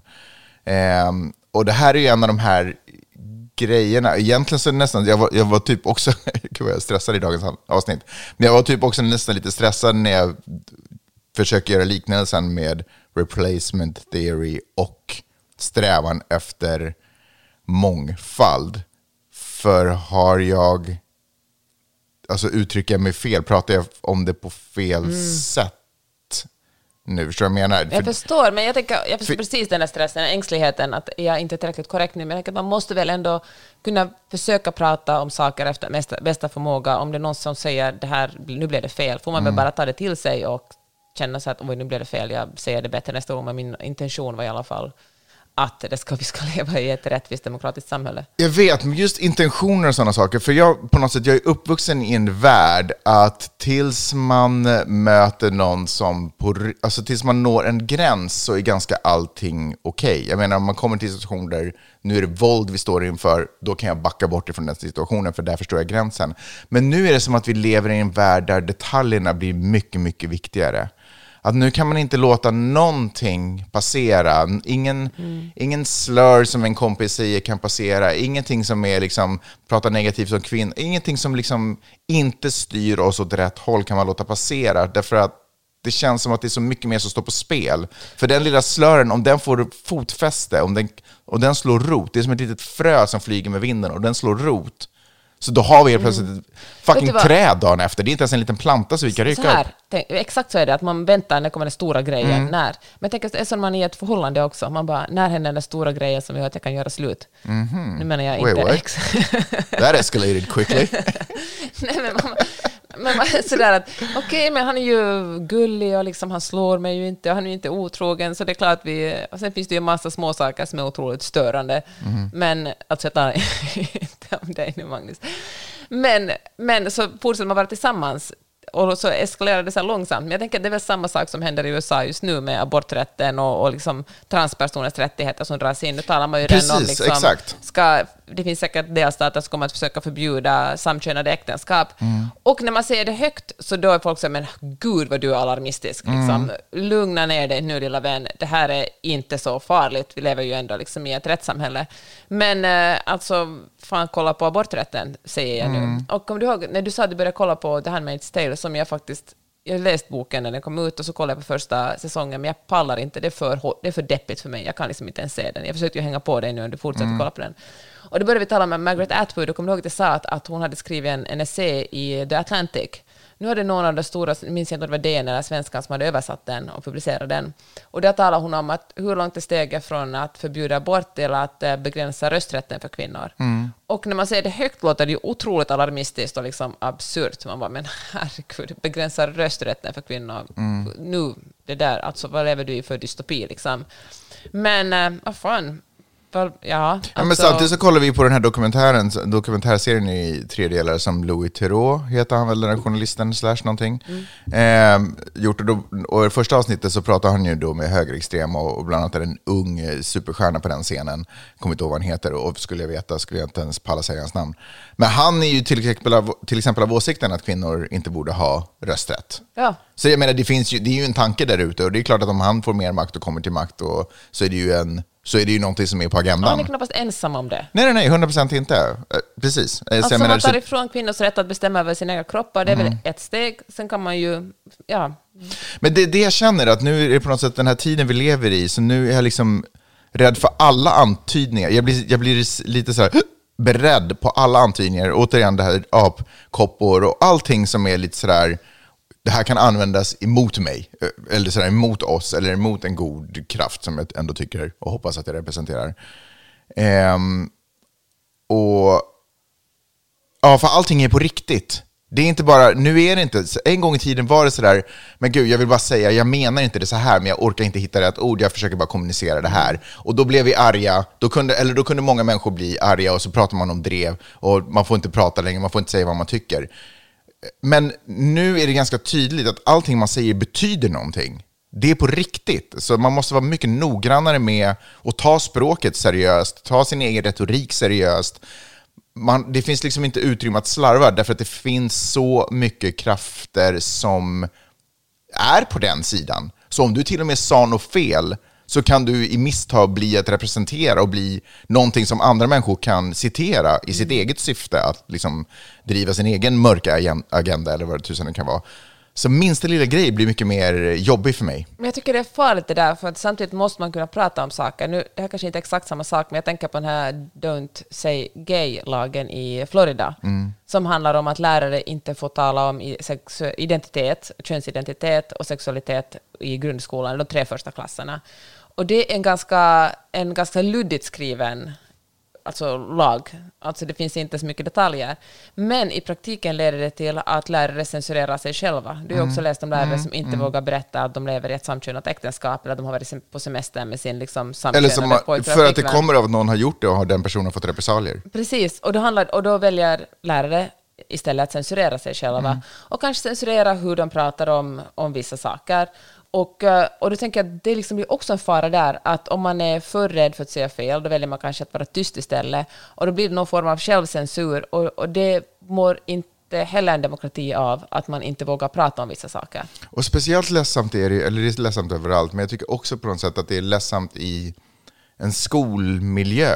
Och det här är ju en av de här grejerna. Egentligen så nästan, jag var typ också, jag stressad i dagens avsnitt. Men jag var typ också nästan lite stressad när jag försöker göra liknelsen med replacement theory och strävan efter mångfald. För har jag, alltså uttrycker jag mig fel, pratar jag om det på fel sätt nu, förstår jag menar? Jag förstår, men jag förstår precis den här stressen, ängsligheten att jag inte är tillräckligt korrekt nu, men jag tänker att man måste väl ändå kunna försöka prata om saker efter bästa förmåga. Om det är någon som säger det här, nu blev det fel, får man väl bara ta det till sig och känna sig att nu blev det fel, jag säger det bättre nästa gång, men min intention var i alla fall att vi ska leva i ett rättvist demokratiskt samhälle. Jag vet, men just intentioner och sådana saker, för jag är uppvuxen i en värld att tills man möter någon som tills man når en gräns så är ganska allting okej. Jag menar, om man kommer till en situation där nu är det våld vi står inför, då kan jag backa bort ifrån den situationen, för där förstår jag gränsen. Men nu är det som att vi lever i en värld där detaljerna blir mycket, mycket viktigare. Att nu kan man inte låta någonting passera. Ingen slur som en kompis säger kan passera. Ingenting som är liksom, pratar negativt om kvinnor. Ingenting som liksom inte styr oss åt rätt håll kan man låta passera. Därför att det känns som att det är så mycket mer som står på spel. För den lilla slören, om den får fotfäste, och den slår rot. Det är som ett litet frö som flyger med vinden och den slår rot. Så då har vi helt plötsligt ett fucking träd dagen efter. Det är inte ens en liten planta så vi kan rycka upp. Exakt så är det, att man väntar när det kommer den stora grejen. När. Men jag tänker att det är som man är i ett förhållande också. Man bara, när händer den stora grejen som gör att jag kan göra slut? Nu menar jag inte ex. That escalated quickly. Nej, men man är sådär att okej, men han är ju gullig och liksom, han slår mig ju inte och han är ju inte otrogen, så det är klart att och sen finns det ju en massa små saker som är otroligt störande. Men alltså jag tar inte om dig nu, Magnus. Men så fortsätter man vara tillsammans och så eskalerar det så här långsamt. Men jag tänker att det är väl samma sak som händer i USA just nu med aborträtten och liksom transpersoners rättigheter som dras in. Nu talar man ju redan om liksom, exakt. Det finns säkert delstater som kommer att försöka förbjuda samkönade äktenskap. Och när man säger det högt så då är folk så, men gud vad du är alarmistisk. Liksom. Lugna ner dig nu, lilla vän. Det här är inte så farligt. Vi lever ju ändå liksom i ett rättssamhälle. Men alltså, fan, kolla på aborträtten, säger jag nu. Och om du ihåg, när du sa att du började kolla på The Handmaid's Tale, som jag har läst boken när den kom ut och så kollade jag på första säsongen, men jag pallar inte, det är för deppigt för mig, jag kan liksom inte ens se den. Jag försökte ju hänga på dig nu och du fortsätter kolla på den. Och då började vi tala med Margaret Atwood och kom ihåg att jag sa att hon hade skrivit en essä i The Atlantic. Nu hade någon av de stora, minns jag inte om det var DN eller Svenskan, som hade översatt den och publicerat den. Och där talar hon om att hur långt det steger från att förbjuda abort till att begränsa rösträtten för kvinnor. Och när man säger det högt låter det ju otroligt alarmistiskt och liksom absurt. Man bara, men herregud, begränsa rösträtten för kvinnor. Nu, det där, alltså vad lever du i för dystopi liksom? Men, vad fan. Ja, men samtidigt så kollar vi på den här dokumentärserien i 3 delar som Louis Theroux heter han väl, den här journalisten / någonting. Gjort det då, och i första avsnittet så pratar han ju då med högerextrema och bland annat är en ung superstjärna på den scenen. Kommer inte ihåg vad han heter, och skulle jag inte ens palla säga hans namn. Men han är ju till exempel av åsikten att kvinnor inte borde ha rösträtt. Ja. Så jag menar, det är ju en tanke där ute, och det är klart att om han får mer makt och kommer till makt så är det ju någonting som är på agendan. Han är knappast ensam om det. Nej, 100% inte. Precis. Alltså man tar ifrån kvinnors rätt att bestämma över sina egna kroppar, det är väl ett steg. Sen kan man ju, Men det jag känner att nu är det på något sätt den här tiden vi lever i, så nu är jag liksom rädd för alla antydningar. Jag blir lite så här beredd på alla antydningar. Återigen det här apkoppor och allting som är lite sådär, det här kan användas emot mig, eller sådär, emot oss, eller emot en god kraft som jag ändå tycker och hoppas att jag representerar. För allting är på riktigt. Det är inte bara, nu är det inte, en gång i tiden var det sådär, men gud, jag vill bara säga, jag menar inte det så här, men jag orkar inte hitta rätt ord, jag försöker bara kommunicera det här. Och då blev vi arga, då kunde många människor bli arga, och så pratar man om drev, och man får inte prata längre, man får inte säga vad man tycker. Men nu är det ganska tydligt att allting man säger betyder någonting. Det är på riktigt. Så man måste vara mycket noggrannare med att ta språket seriöst, ta sin egen retorik seriöst. Det finns liksom inte utrymme att slarva, därför att det finns så mycket krafter som är på den sidan. Så om du till och med sa något fel, så kan du i misstag bli att representera och bli någonting som andra människor kan citera i sitt eget syfte, att liksom driva sin egen mörka agenda eller vad det tusen kan vara. Så minsta lilla grej blir mycket mer jobbig för mig. Men jag tycker det är farligt det där, för att samtidigt måste man kunna prata om saker. Nu, det här kanske inte är exakt samma sak, men jag tänker på den här Don't Say Gay-lagen i Florida, som handlar om att lärare inte får tala om identitet, könsidentitet och sexualitet i grundskolan, de 3 första klasserna. Och det är en ganska luddigt skriven lag. Alltså det finns inte så mycket detaljer. Men i praktiken leder det till att lärare censurerar sig själva. Du har också läst om lärare som inte vågar berätta att de lever i ett samkönat äktenskap, eller att de har varit på semester med sin liksom samkönade pojkvän. För att det kommer av att någon har gjort det och har den personen fått repressalier. Precis, och då väljer lärare istället att censurera sig själva. Och kanske censurera hur de pratar om vissa saker. Och då tänker jag att det liksom blir också en fara där, att om man är för rädd för att säga fel, då väljer man kanske att vara tyst istället. Och då blir det någon form av självcensur, och det mår inte heller en demokrati av, att man inte vågar prata om vissa saker. Och speciellt ledsamt är det, eller det är ledsamt överallt, men jag tycker också på något sätt att det är ledsamt i en skolmiljö.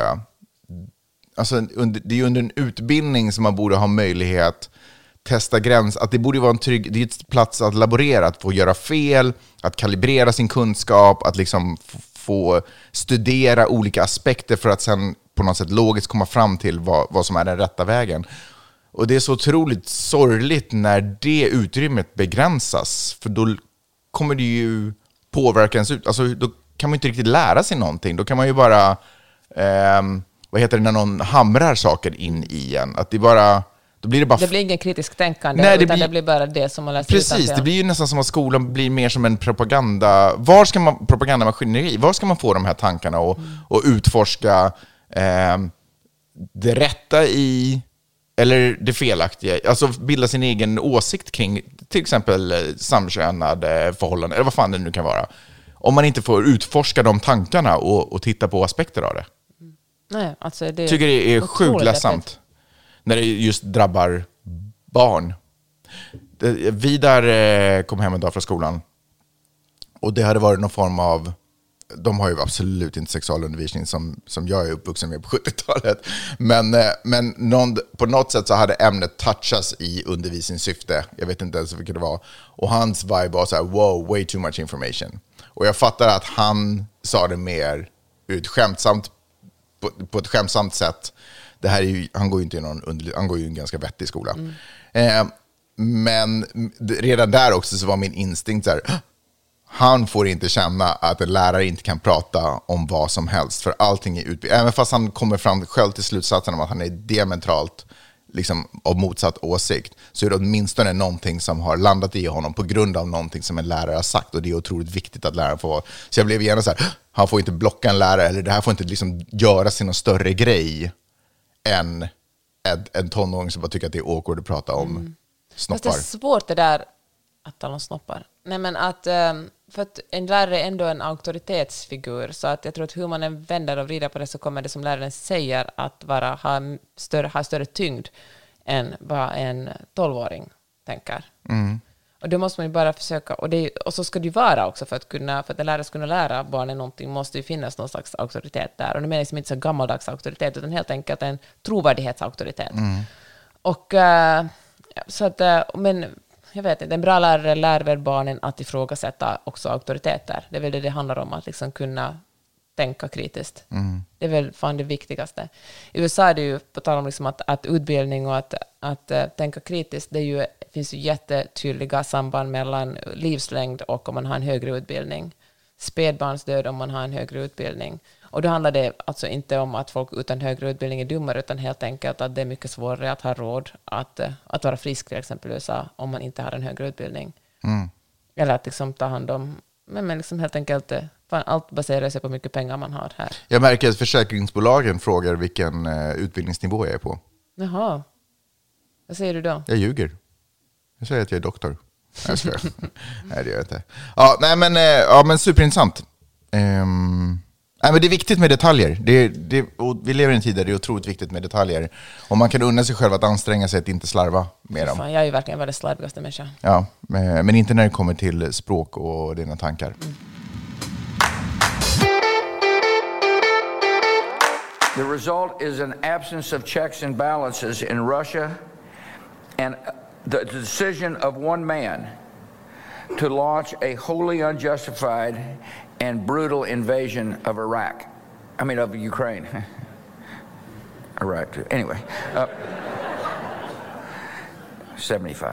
Alltså det är under en utbildning som man borde ha möjlighet testa gräns, att det borde vara en trygg, det är ett plats att laborera, att få göra fel, att kalibrera sin kunskap, att liksom få studera olika aspekter för att sen på något sätt logiskt komma fram till vad som är den rätta vägen. Och det är så otroligt sorgligt när det utrymmet begränsas, för då kommer det ju påverka ens ut. Alltså då kan man inte riktigt lära sig någonting. Då kan man ju bara vad heter det när någon hamrar saker in i en, att det bara då blir det bara... Det blir ingen kritisk tänkande, utan det blir bara det som man läser. Precis, det blir ju nästan som att skolan blir mer som en propagandamaskineri. Var ska man få de här tankarna och utforska det rätta i, eller det felaktiga? Alltså bilda sin egen åsikt kring till exempel samkönade förhållanden, eller vad fan det nu kan vara. Om man inte får utforska de tankarna och titta på aspekter av det. Nej, alltså det tycker det är sjukt ledsamt. När det just drabbar barn. Vidar kom hem en dag från skolan. Och det hade varit någon form av... De har ju absolut inte sexualundervisning som jag är uppvuxen med på 70-talet. Men på något sätt så hade ämnet touchats i undervisningssyfte. Jag vet inte ens vilket det var. Och hans vibe var så här, wow, way too much information. Och jag fattar att han sa det mer på ett skämtsamt sätt. Det här är ju, han går ju i en ganska vettig skola. Men redan där också så var min instinkt så här, han får inte känna att en lärare inte kan prata om vad som helst, för allting är utbildning. Även fast han kommer fram själv till slutsatsen om att han är diametralt liksom av motsatt åsikt, så är det åtminstone någonting som har landat i honom på grund av någonting som en lärare har sagt, och det är otroligt viktigt att läraren får. Så jag blev gärna så här, han får inte blocka en lärare, eller det här får inte liksom göras till någon större grej än en tonåring som bara tycker att det är awkward att prata om snoppar. Fast det är svårt det där att tala om snoppar. Nej, men att, för att en lärare är ändå en auktoritetsfigur, så att jag tror att hur man än vänder och vrider på det, så kommer det som läraren säger att ha större tyngd än vad en 12-åring tänker. Och då måste man ju bara försöka, och så ska det ju vara också, för att en lärare ska kunna lära barnen någonting måste ju finnas någon slags auktoritet där. Och det menar jag inte så gammaldags auktoritet, utan helt enkelt en trovärdighetsauktoritet. Och så att, men jag vet inte, en bra lärare lär väl barnen att ifrågasätta också auktoriteter. Det är väl det handlar om, att liksom kunna tänka kritiskt. Det är väl fan det viktigaste. I USA är det ju, på tal om liksom att utbildning och att tänka kritiskt, det finns ju jättetydliga samband mellan livslängd och om man har en högre utbildning. Spädbarnsdöd om man har en högre utbildning. Och då handlar det alltså inte om att folk utan högre utbildning är dummare, utan helt enkelt att det är mycket svårare att ha råd att vara frisk till exempel i USA om man inte har en högre utbildning. Eller att liksom ta hand om, men liksom helt enkelt allt baserar sig på hur mycket pengar man har här. Jag märker att försäkringsbolagen frågar vilken utbildningsnivå jag är på. Jaha. Vad säger du då? Jag ljuger. Jag säger att jag är doktor. Jag skojar. Nej, det gör jag inte. Men superintressant. Men det är viktigt med detaljer. Och vi lever i en tid där det är otroligt viktigt med detaljer. Och man kan unna sig själv att anstränga sig att inte slarva med dem. Fan, jag är ju verkligen världens slarvigaste människa. Ja, men inte när det kommer till språk och dina tankar. The result is an absence of checks and balances in Russia and the decision of one man to launch a wholly unjustified and brutal invasion of of Ukraine. Iraq, too. Anyway, 75.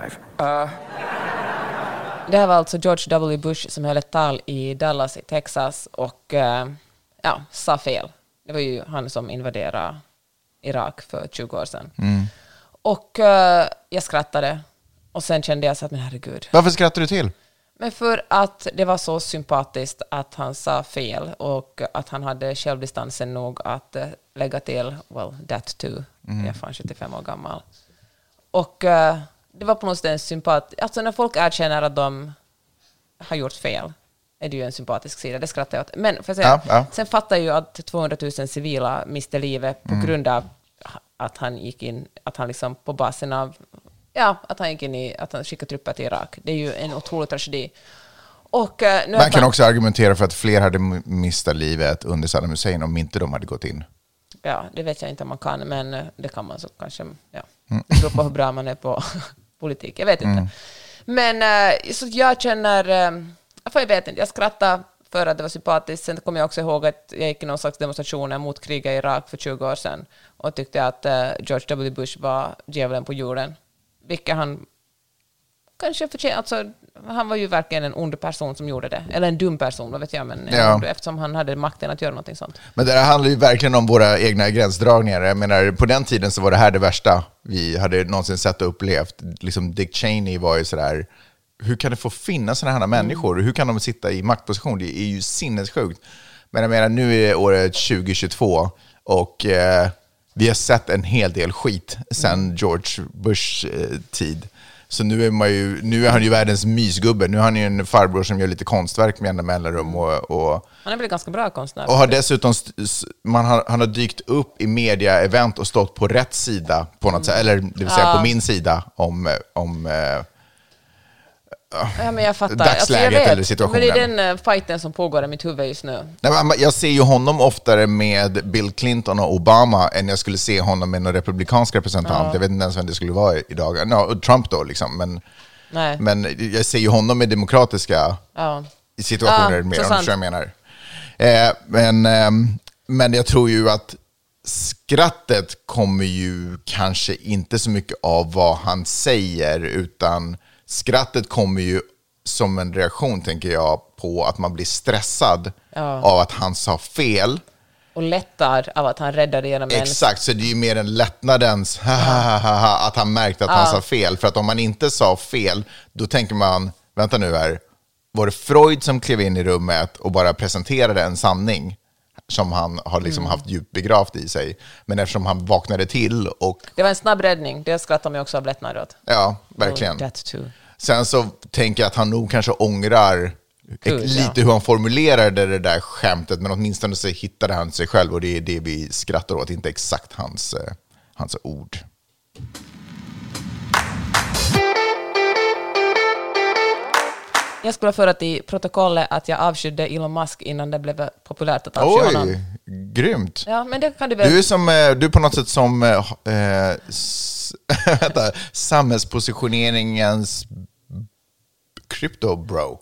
Det här var alltså George W. Bush som höll ett tal i Dallas i Texas och sa fel. Det var ju han som invaderade Irak för 20 år sedan. Och jag skrattade. Och sen kände jag så att, men herregud. Varför skrattar du till? Men för att det var så sympatiskt att han sa fel och att han hade självdistansen nog att lägga till, that too. Jag är fan 75 år gammal. Och det var på något sätt en sympatisk... Alltså när folk erkänner att de har gjort fel är det ju en sympatisk sida. Det skrattar jag åt. Men för att säga, sen fattar jag ju att 200 000 civila miste livet på grund av att han gick in, att han liksom på basen av att han gick in i, att han skickade trupper till Irak. Det är ju en otrolig tragedi. Och, man kan också argumentera för att fler hade mistat livet under Saddam Hussein om inte de hade gått in. Ja, det vet jag inte om man kan, men det kan man så kanske. Det beror på hur bra man är på politik. Jag vet inte. Men så jag känner, jag vet inte, jag skrattar för att det var sympatiskt. Sen kommer jag också ihåg att jag gick i någon slags demonstrationer mot kriget i Irak för 20 år sedan och tyckte att George W. Bush var djävulen på jorden. Vilket han kanske förtjänade. Alltså, han var ju verkligen en ond person som gjorde det. Eller en dum person, vad vet jag. Men eftersom han hade makten att göra någonting sånt. Men det här handlar ju verkligen om våra egna gränsdragningar. Jag menar, på den tiden så var det här det värsta vi hade någonsin sett och upplevt. Liksom Dick Cheney var ju sådär, hur kan det få finnas sådana här människor? Hur kan de sitta i maktposition? Det är ju sinnessjukt. Men jag menar, nu är det året 2022 och vi har sett en hel del skit sedan George Bush tid. Så nu är han ju världens mysgubbe. Nu har han ju en farbror som gör lite konstverk med jämna mellanrum. Och han är väl ganska bra konstnär. Och har dessutom, han har dykt upp i media-event och stått på rätt sida på något sätt. Eller det vill säga på min sida om men jag fattar. dagsläget alltså, eller situationen. Men det är den fighten som pågår i mitt huvud just nu. Jag ser ju honom oftare med Bill Clinton och Obama än jag skulle se honom med någon republikansk representant. Jag vet inte ens vem det skulle vara idag. Trump då liksom. Men jag ser ju honom med demokratiska situationer mer om jag menar. Men jag tror ju att skrattet kommer ju kanske inte så mycket av vad han säger, utan skrattet kommer ju som en reaktion, tänker jag, på att man blir stressad av att han sa fel. Och lättad av att han räddade genom en... Exakt, så det är ju mer en lättnadens att han märkte att han sa fel. För att om man inte sa fel, då tänker man, vänta nu här, var det Freud som klev in i rummet och bara presenterade en sanning som han har liksom haft djupt begravt i sig. Men eftersom han vaknade till och... Det var en snabb räddning, det skrattar man ju också av lättnad åt. Ja, verkligen. Sen så tänker jag att han nog kanske ångrar lite hur han formulerade det där skämtet, men åtminstone så hittade han sig själv, och det är det vi skrattar åt, inte exakt hans ord. Jag skulle föra till protokollet att jag avskydde Elon Musk innan det blev populärt att avsky honom. Oj, grymt. Ja, men det kan du väl... Du är på något sätt som samhällspositioneringens crypto bro.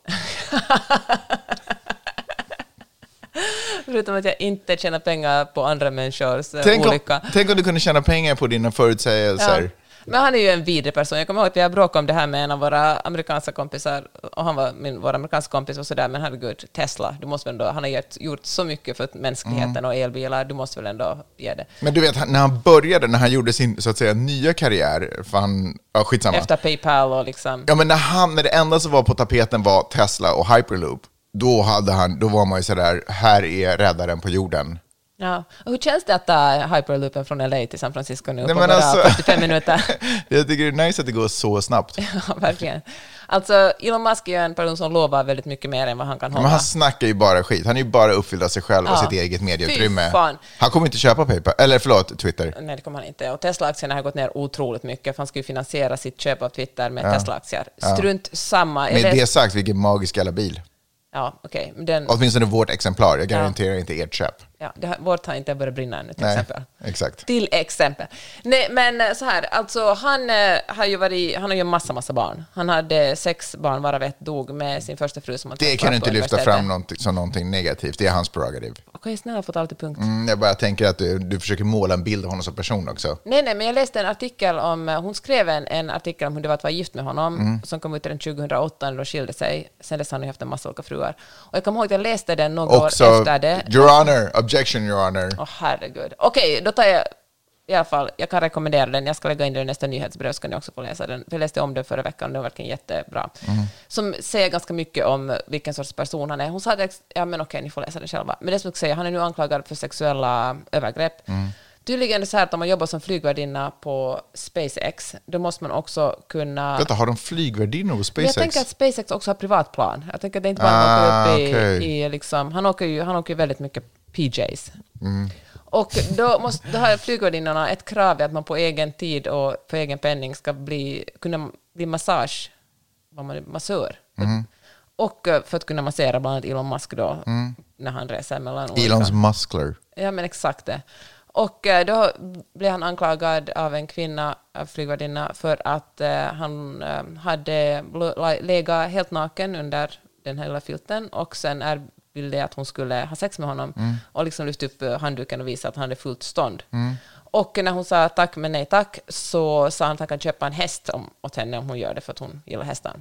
Förutom att jag inte tjänar pengar på andra människors olycka. Tänk om du kunde tjäna pengar på dina förutsägelser. Ja. Men han är ju en vidrig person. Jag kommer ihåg att vi har bråkat om det här med en av våra amerikanska kompisar. Och han var vår amerikanska kompis och sådär. Men herregud, Tesla, du måste väl ändå, han har gjort så mycket för mänskligheten och elbilar. Du måste väl ändå ge det. Men du vet, när han gjorde sin så att säga nya karriär, för han, skitsamma. Efter PayPal och liksom. Ja, men när det enda som var på tapeten var Tesla och Hyperloop, då var man ju sådär, här är räddaren på jorden. Ja. Och hur känns det att ta hyperloopen från LA till San Francisco nu? Nej, på men bara alltså, 45 minuter. Jag tycker det är nice att det går så snabbt. Ja, verkligen. Alltså, Elon Musk är ju en person som lovar väldigt mycket mer än vad han kan hålla. Men han snackar ju bara skit. Han är ju bara uppfylld av sig själv och sitt eget medieutrymme. Han kommer inte köpa Twitter. Nej, det kommer han inte. Och Tesla-aktierna har gått ner otroligt mycket, för han ska ju finansiera sitt köp av Twitter med Tesla-aktier. Strunt samma. Med det sagt, vilken magisk jävla bil. Ja, okej. Åtminstone vårt exemplar. Jag garanterar inte ert köp. Ja, vårt har inte börjat brinna ännu, till Nej, exempel. Exakt. Till exempel. Nej, men så här, alltså han har ju massa barn. Han hade 6 barn, varav ett dog med sin första fru som han Det kan du inte lyfta fram som någonting negativt. Det är hans prerogativ. Okej, snälla, fått allt i punkt. Jag bara tänker att du försöker måla en bild av honom som person också. Nej, men jag läste en artikel om, hon skrev en artikel om hur det var att vara gift med honom, som kom ut redan 2008 när de skilde sig. Sen dess har han ju haft en massa olika fruar. Och jag kommer ihåg att jag läste den några år efter det. Your Honor, objection, Your Honor. Herregud. Okej, då tar jag i alla fall, jag kan rekommendera den. Jag ska lägga in den i nästa nyhetsbrev, så kan ni också få läsa den. För jag läste om den förra veckan och den var verkligen jättebra. Som säger ganska mycket om vilken sorts person han är. Hon sa att, ja men okej, ni får läsa den själva. Men det som jag säger, han är nu anklagad för sexuella övergrepp. Tydligen är det så här att om man jobbar som flygvärdinna på SpaceX, då måste man också kunna... Vänta, har de flygvärdinnor på SpaceX? Jag tänker att SpaceX också har privatplan. Jag tänker att det inte bara att åka upp i liksom... Han åker ju väldigt mycket PJs. Och då har flygvärdinnorna ett krav att man på egen tid och på egen penning ska kunna bli massör. Och för att kunna massera bland annat Elon Musk då, när han reser mellan olika... Elons muskler. Ja, men exakt det. Och då blev han anklagad av en kvinna, av flygvärdinna, för att han hade legat helt naken under den här lilla filten, och sen ville att hon skulle ha sex med honom och liksom lyfte upp handduken och visa att han hade fullt stånd. Och när hon sa tack men nej tack, så sa han att han kan köpa en häst åt henne om hon gör det, för att hon gillar hästar.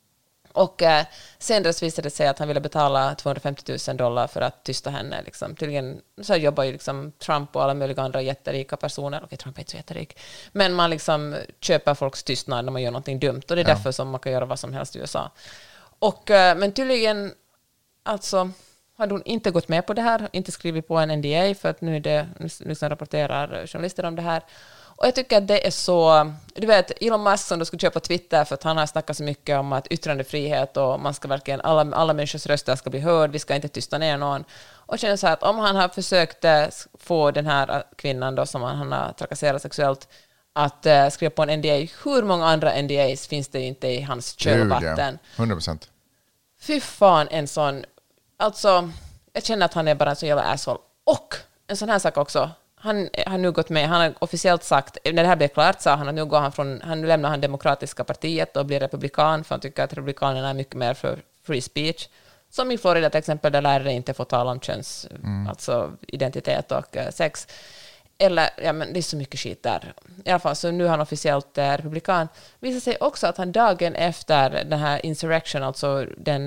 Och sen visade det sig att han ville betala $250,000 för att tysta henne. Liksom. Tydligen så jobbar ju liksom Trump och alla möjliga andra jätterika personer. Okej, Trump är inte så jätterik. Men man liksom köper folks tystnad när man gör någonting dumt. Och det är därför som man kan göra vad som helst i USA. Och, men tydligen alltså, hade hon inte gått med på det här. Inte skrivit på en NDA, för att nu rapporterar journalister om det här. Och jag tycker att det är så... Du vet, Elon Musk som då skulle köpa Twitter för att han har snackat så mycket om att yttrandefrihet och man ska verkligen... Alla människors röster ska bli hörd, vi ska inte tysta ner någon. Och känner så här att om han har försökt få den här kvinnan då, som han har trakasserat sexuellt, att skriva på en NDA, hur många andra NDAs finns det inte i hans kölvatten? 100%. Fy fan, en sån... Alltså, jag känner att han är bara en sån jävla asshole. Och en sån här sak också... Han har nu gått med, han har officiellt sagt, när det här blev klart sa han att nu lämnar han demokratiska partiet och blir republikan, för han tycker att republikanerna är mycket mer för free speech. Som i Florida till exempel, där lärare inte får tala om köns, alltså identitet och sex. Eller, ja men det är så mycket skit där. I alla fall, så nu är han officiellt republikan. Visar sig också att han dagen efter den här insurrection, alltså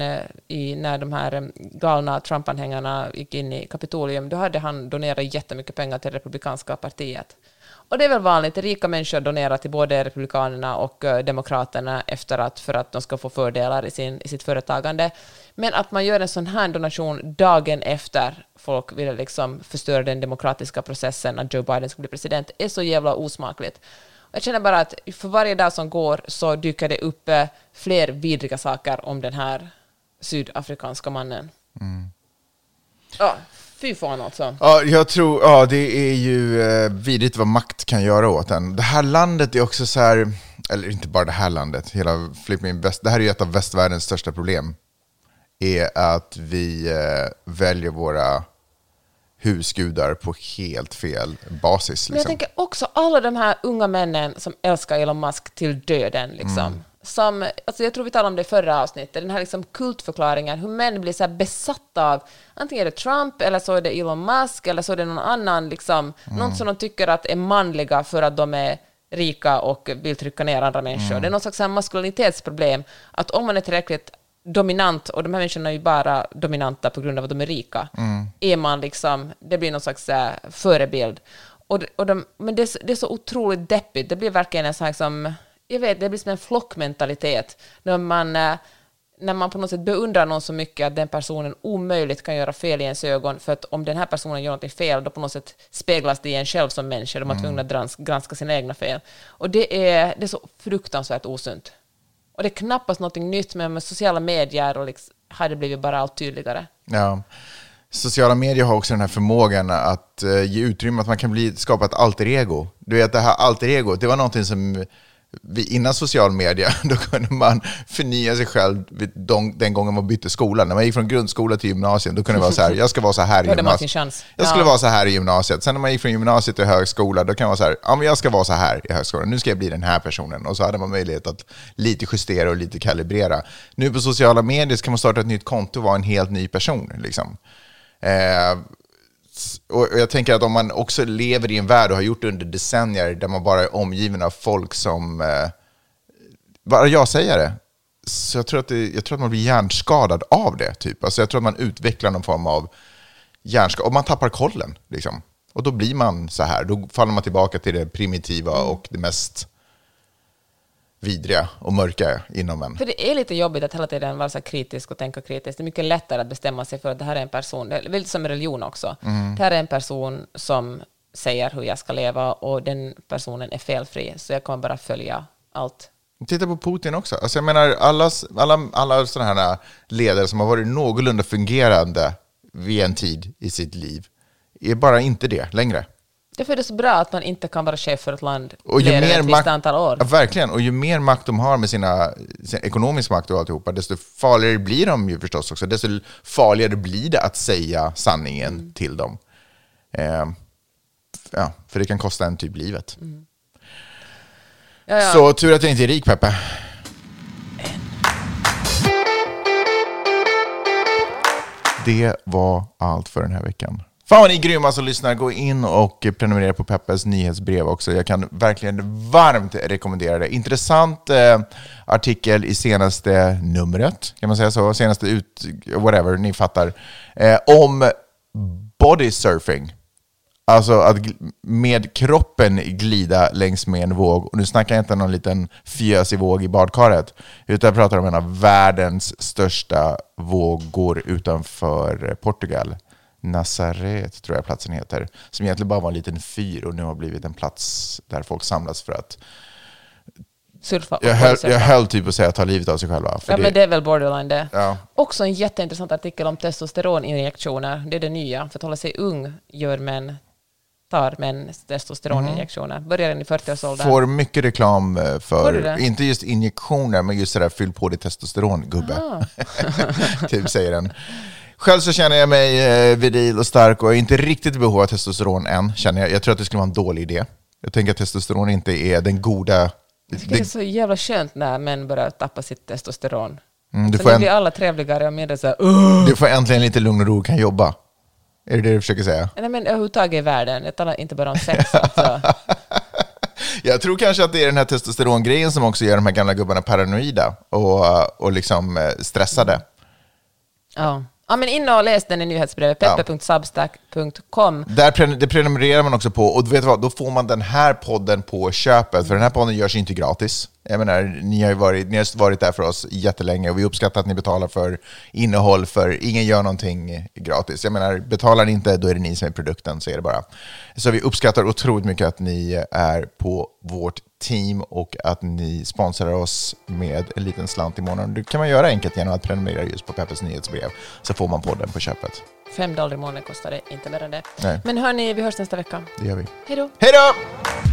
när de här galna Trump-anhängarna gick in i Kapitolium, då hade han donerat jättemycket pengar till republikanska partiet. Och det är väl vanligt, rika människor donerar till både republikanerna och demokraterna för att de ska få fördelar i sitt företagande. Men att man gör en sån här donation dagen efter folk vill liksom förstöra den demokratiska processen att Joe Biden ska bli president är så jävla osmakligt. Jag känner bara att för varje dag som går så dyker det upp fler vidriga saker om den här sydafrikanska mannen. Ja, fy fan alltså. Ja, jag tror, det är ju vidrigt vad makt kan göra åt en. Det här landet är också så här, eller inte bara det här landet, hela det här är ju ett av västvärldens största problem, är att vi väljer våra husgudar på helt fel basis. Liksom. Men jag tänker också alla de här unga männen som älskar Elon Musk till döden. Liksom. Som, alltså jag tror vi talade om det i förra avsnittet, den här liksom kultförklaringen, hur män blir så här besatta av, antingen är det Trump, eller så är det Elon Musk, eller så är det någon annan, liksom, någon som de tycker att är manliga för att de är rika och vill trycka ner andra människor. Det är någon slags maskulinitetsproblem, att om man är tillräckligt dominant, och de här människorna är ju bara dominanta på grund av att de är rika, är man liksom, det blir någon slags förebild. Men det är så otroligt deppigt, det blir verkligen en sån här som, jag vet, det blir som en flockmentalitet när man när man på något sätt beundrar någon så mycket att den personen omöjligt kan göra fel i ens ögon, för att om den här personen gör något fel, då på något sätt speglas det i en själv som människa, de är tvungna att granska sina egna fel. Och det är så fruktansvärt osunt. Och det är knappast något nytt, men med sociala medier och liksom, har det blivit bara allt tydligare. Ja. Sociala medier har också den här förmågan att ge utrymme att man kan skapa ett alter ego. Du vet, det här alter ego, det var någonting som innan social media, då kunde man förnya sig själv den gången man bytte skola. När man gick från grundskola till gymnasiet, då kunde det vara så här, jag ska vara så här i gymnasiet. Jag skulle vara så här i gymnasiet. Sen när man gick från gymnasiet till högskola, då kan man vara så här, ja men jag ska vara så här i högskolan. Nu ska jag bli den här personen. Och så hade man möjlighet att lite justera och lite kalibrera. Nu på sociala medier kan man starta ett nytt konto och vara en helt ny person liksom. Och jag tänker att om man också lever i en värld och har gjort det under decennier där man bara är omgiven av folk som bara jag säger det, så jag tror att man blir hjärnskadad av det typ. Alltså jag tror att man utvecklar någon form av hjärnskada och man tappar kollen liksom. Och då blir man så här, då faller man tillbaka till det primitiva och det mest vidriga och mörka inom en. För det är lite jobbigt att hela tiden vara så kritisk och tänka kritiskt. Det är mycket lättare att bestämma sig för att det här är en person, det är lite som religion också. Det här är en person som säger hur jag ska leva och den personen är felfri, så jag kommer bara följa allt. Titta på Putin också. Alltså jag menar, alla sådana här ledare som har varit någorlunda fungerande vid en tid i sitt liv är bara inte det längre. Därför är det så bra att man inte kan vara chef för ett land och ju mer ett visst antal år. Ja, verkligen. Och ju mer makt de har med sin ekonomisk makt och alltihopa, desto farligare blir de ju förstås också. Desto farligare blir det att säga sanningen till dem. För det kan kosta en typ livet. Ja. Så tur att jag inte är rik, Peppe. Det var allt för den här veckan. Fan vad ni är grymma som lyssnar. Gå in och prenumerera på Peppes nyhetsbrev också. Jag kan verkligen varmt rekommendera det. Intressant artikel i senaste numret, kan man säga så? Senaste whatever, ni fattar. Om body surfing. Alltså att med kroppen glida längs med en våg. Och nu snackar jag inte om någon liten fjösig våg i badkaret, utan jag pratar om en av världens största vågor utanför Portugal. Nazareth tror jag platsen heter, som egentligen bara var en liten fyr och nu har blivit en plats där folk samlas för att surfa. Jag höll typ att säga ta livet av sig själva. Ja, men det är väl borderline det. Ja. Också en jätteintressant artikel om testosteroninjektioner. Det är det nya. För att hålla sig ung tar män testosteroninjektioner. Börjar den i 40-årsåldern. Får mycket reklam för, inte just injektioner, men just det där, fyll på det testosteron, gubbe. Typ säger den. Själv så känner jag mig viril och stark och är inte riktigt i behov av testosteron än, känner jag. Jag tror att det skulle vara en dålig idé. Jag tänker att testosteron inte är den goda... Jag tycker det är så jävla skönt när män börjar tappa sitt testosteron. Så nu blir alla trevligare och mindre så här... Du får äntligen lite lugn och ro och kan jobba. Är det du försöker säga? Nej, men överhuvudtaget i världen. Jag talar inte bara om sex. Alltså. Jag tror kanske att det är den här testosterongrejen som också gör de här gamla gubbarna paranoida och liksom stressade. Ja, men in och läs den i nyhetsbrevet peppe.substack.com. Det prenumererar man också på, och vet du vad, då får man den här podden på köpet, för den här podden görs inte gratis. Jag menar, ni har varit där för oss jättelänge och vi uppskattar att ni betalar för innehåll, för ingen gör någonting gratis. Jag menar, betalar ni inte, då är det ni som är produkten, så är det bara. Så vi uppskattar otroligt mycket att ni är på vårt team och att ni sponsrar oss med en liten slant i månaden. Det kan man göra enkelt genom att prenumerera just på Peppes nyhetsbrev, så får man podden på köpet. $5 i månaden kostar det, inte mer än det. Nej. Men hörni, vi hörs nästa vecka. Det gör vi. Hej då! Hej då!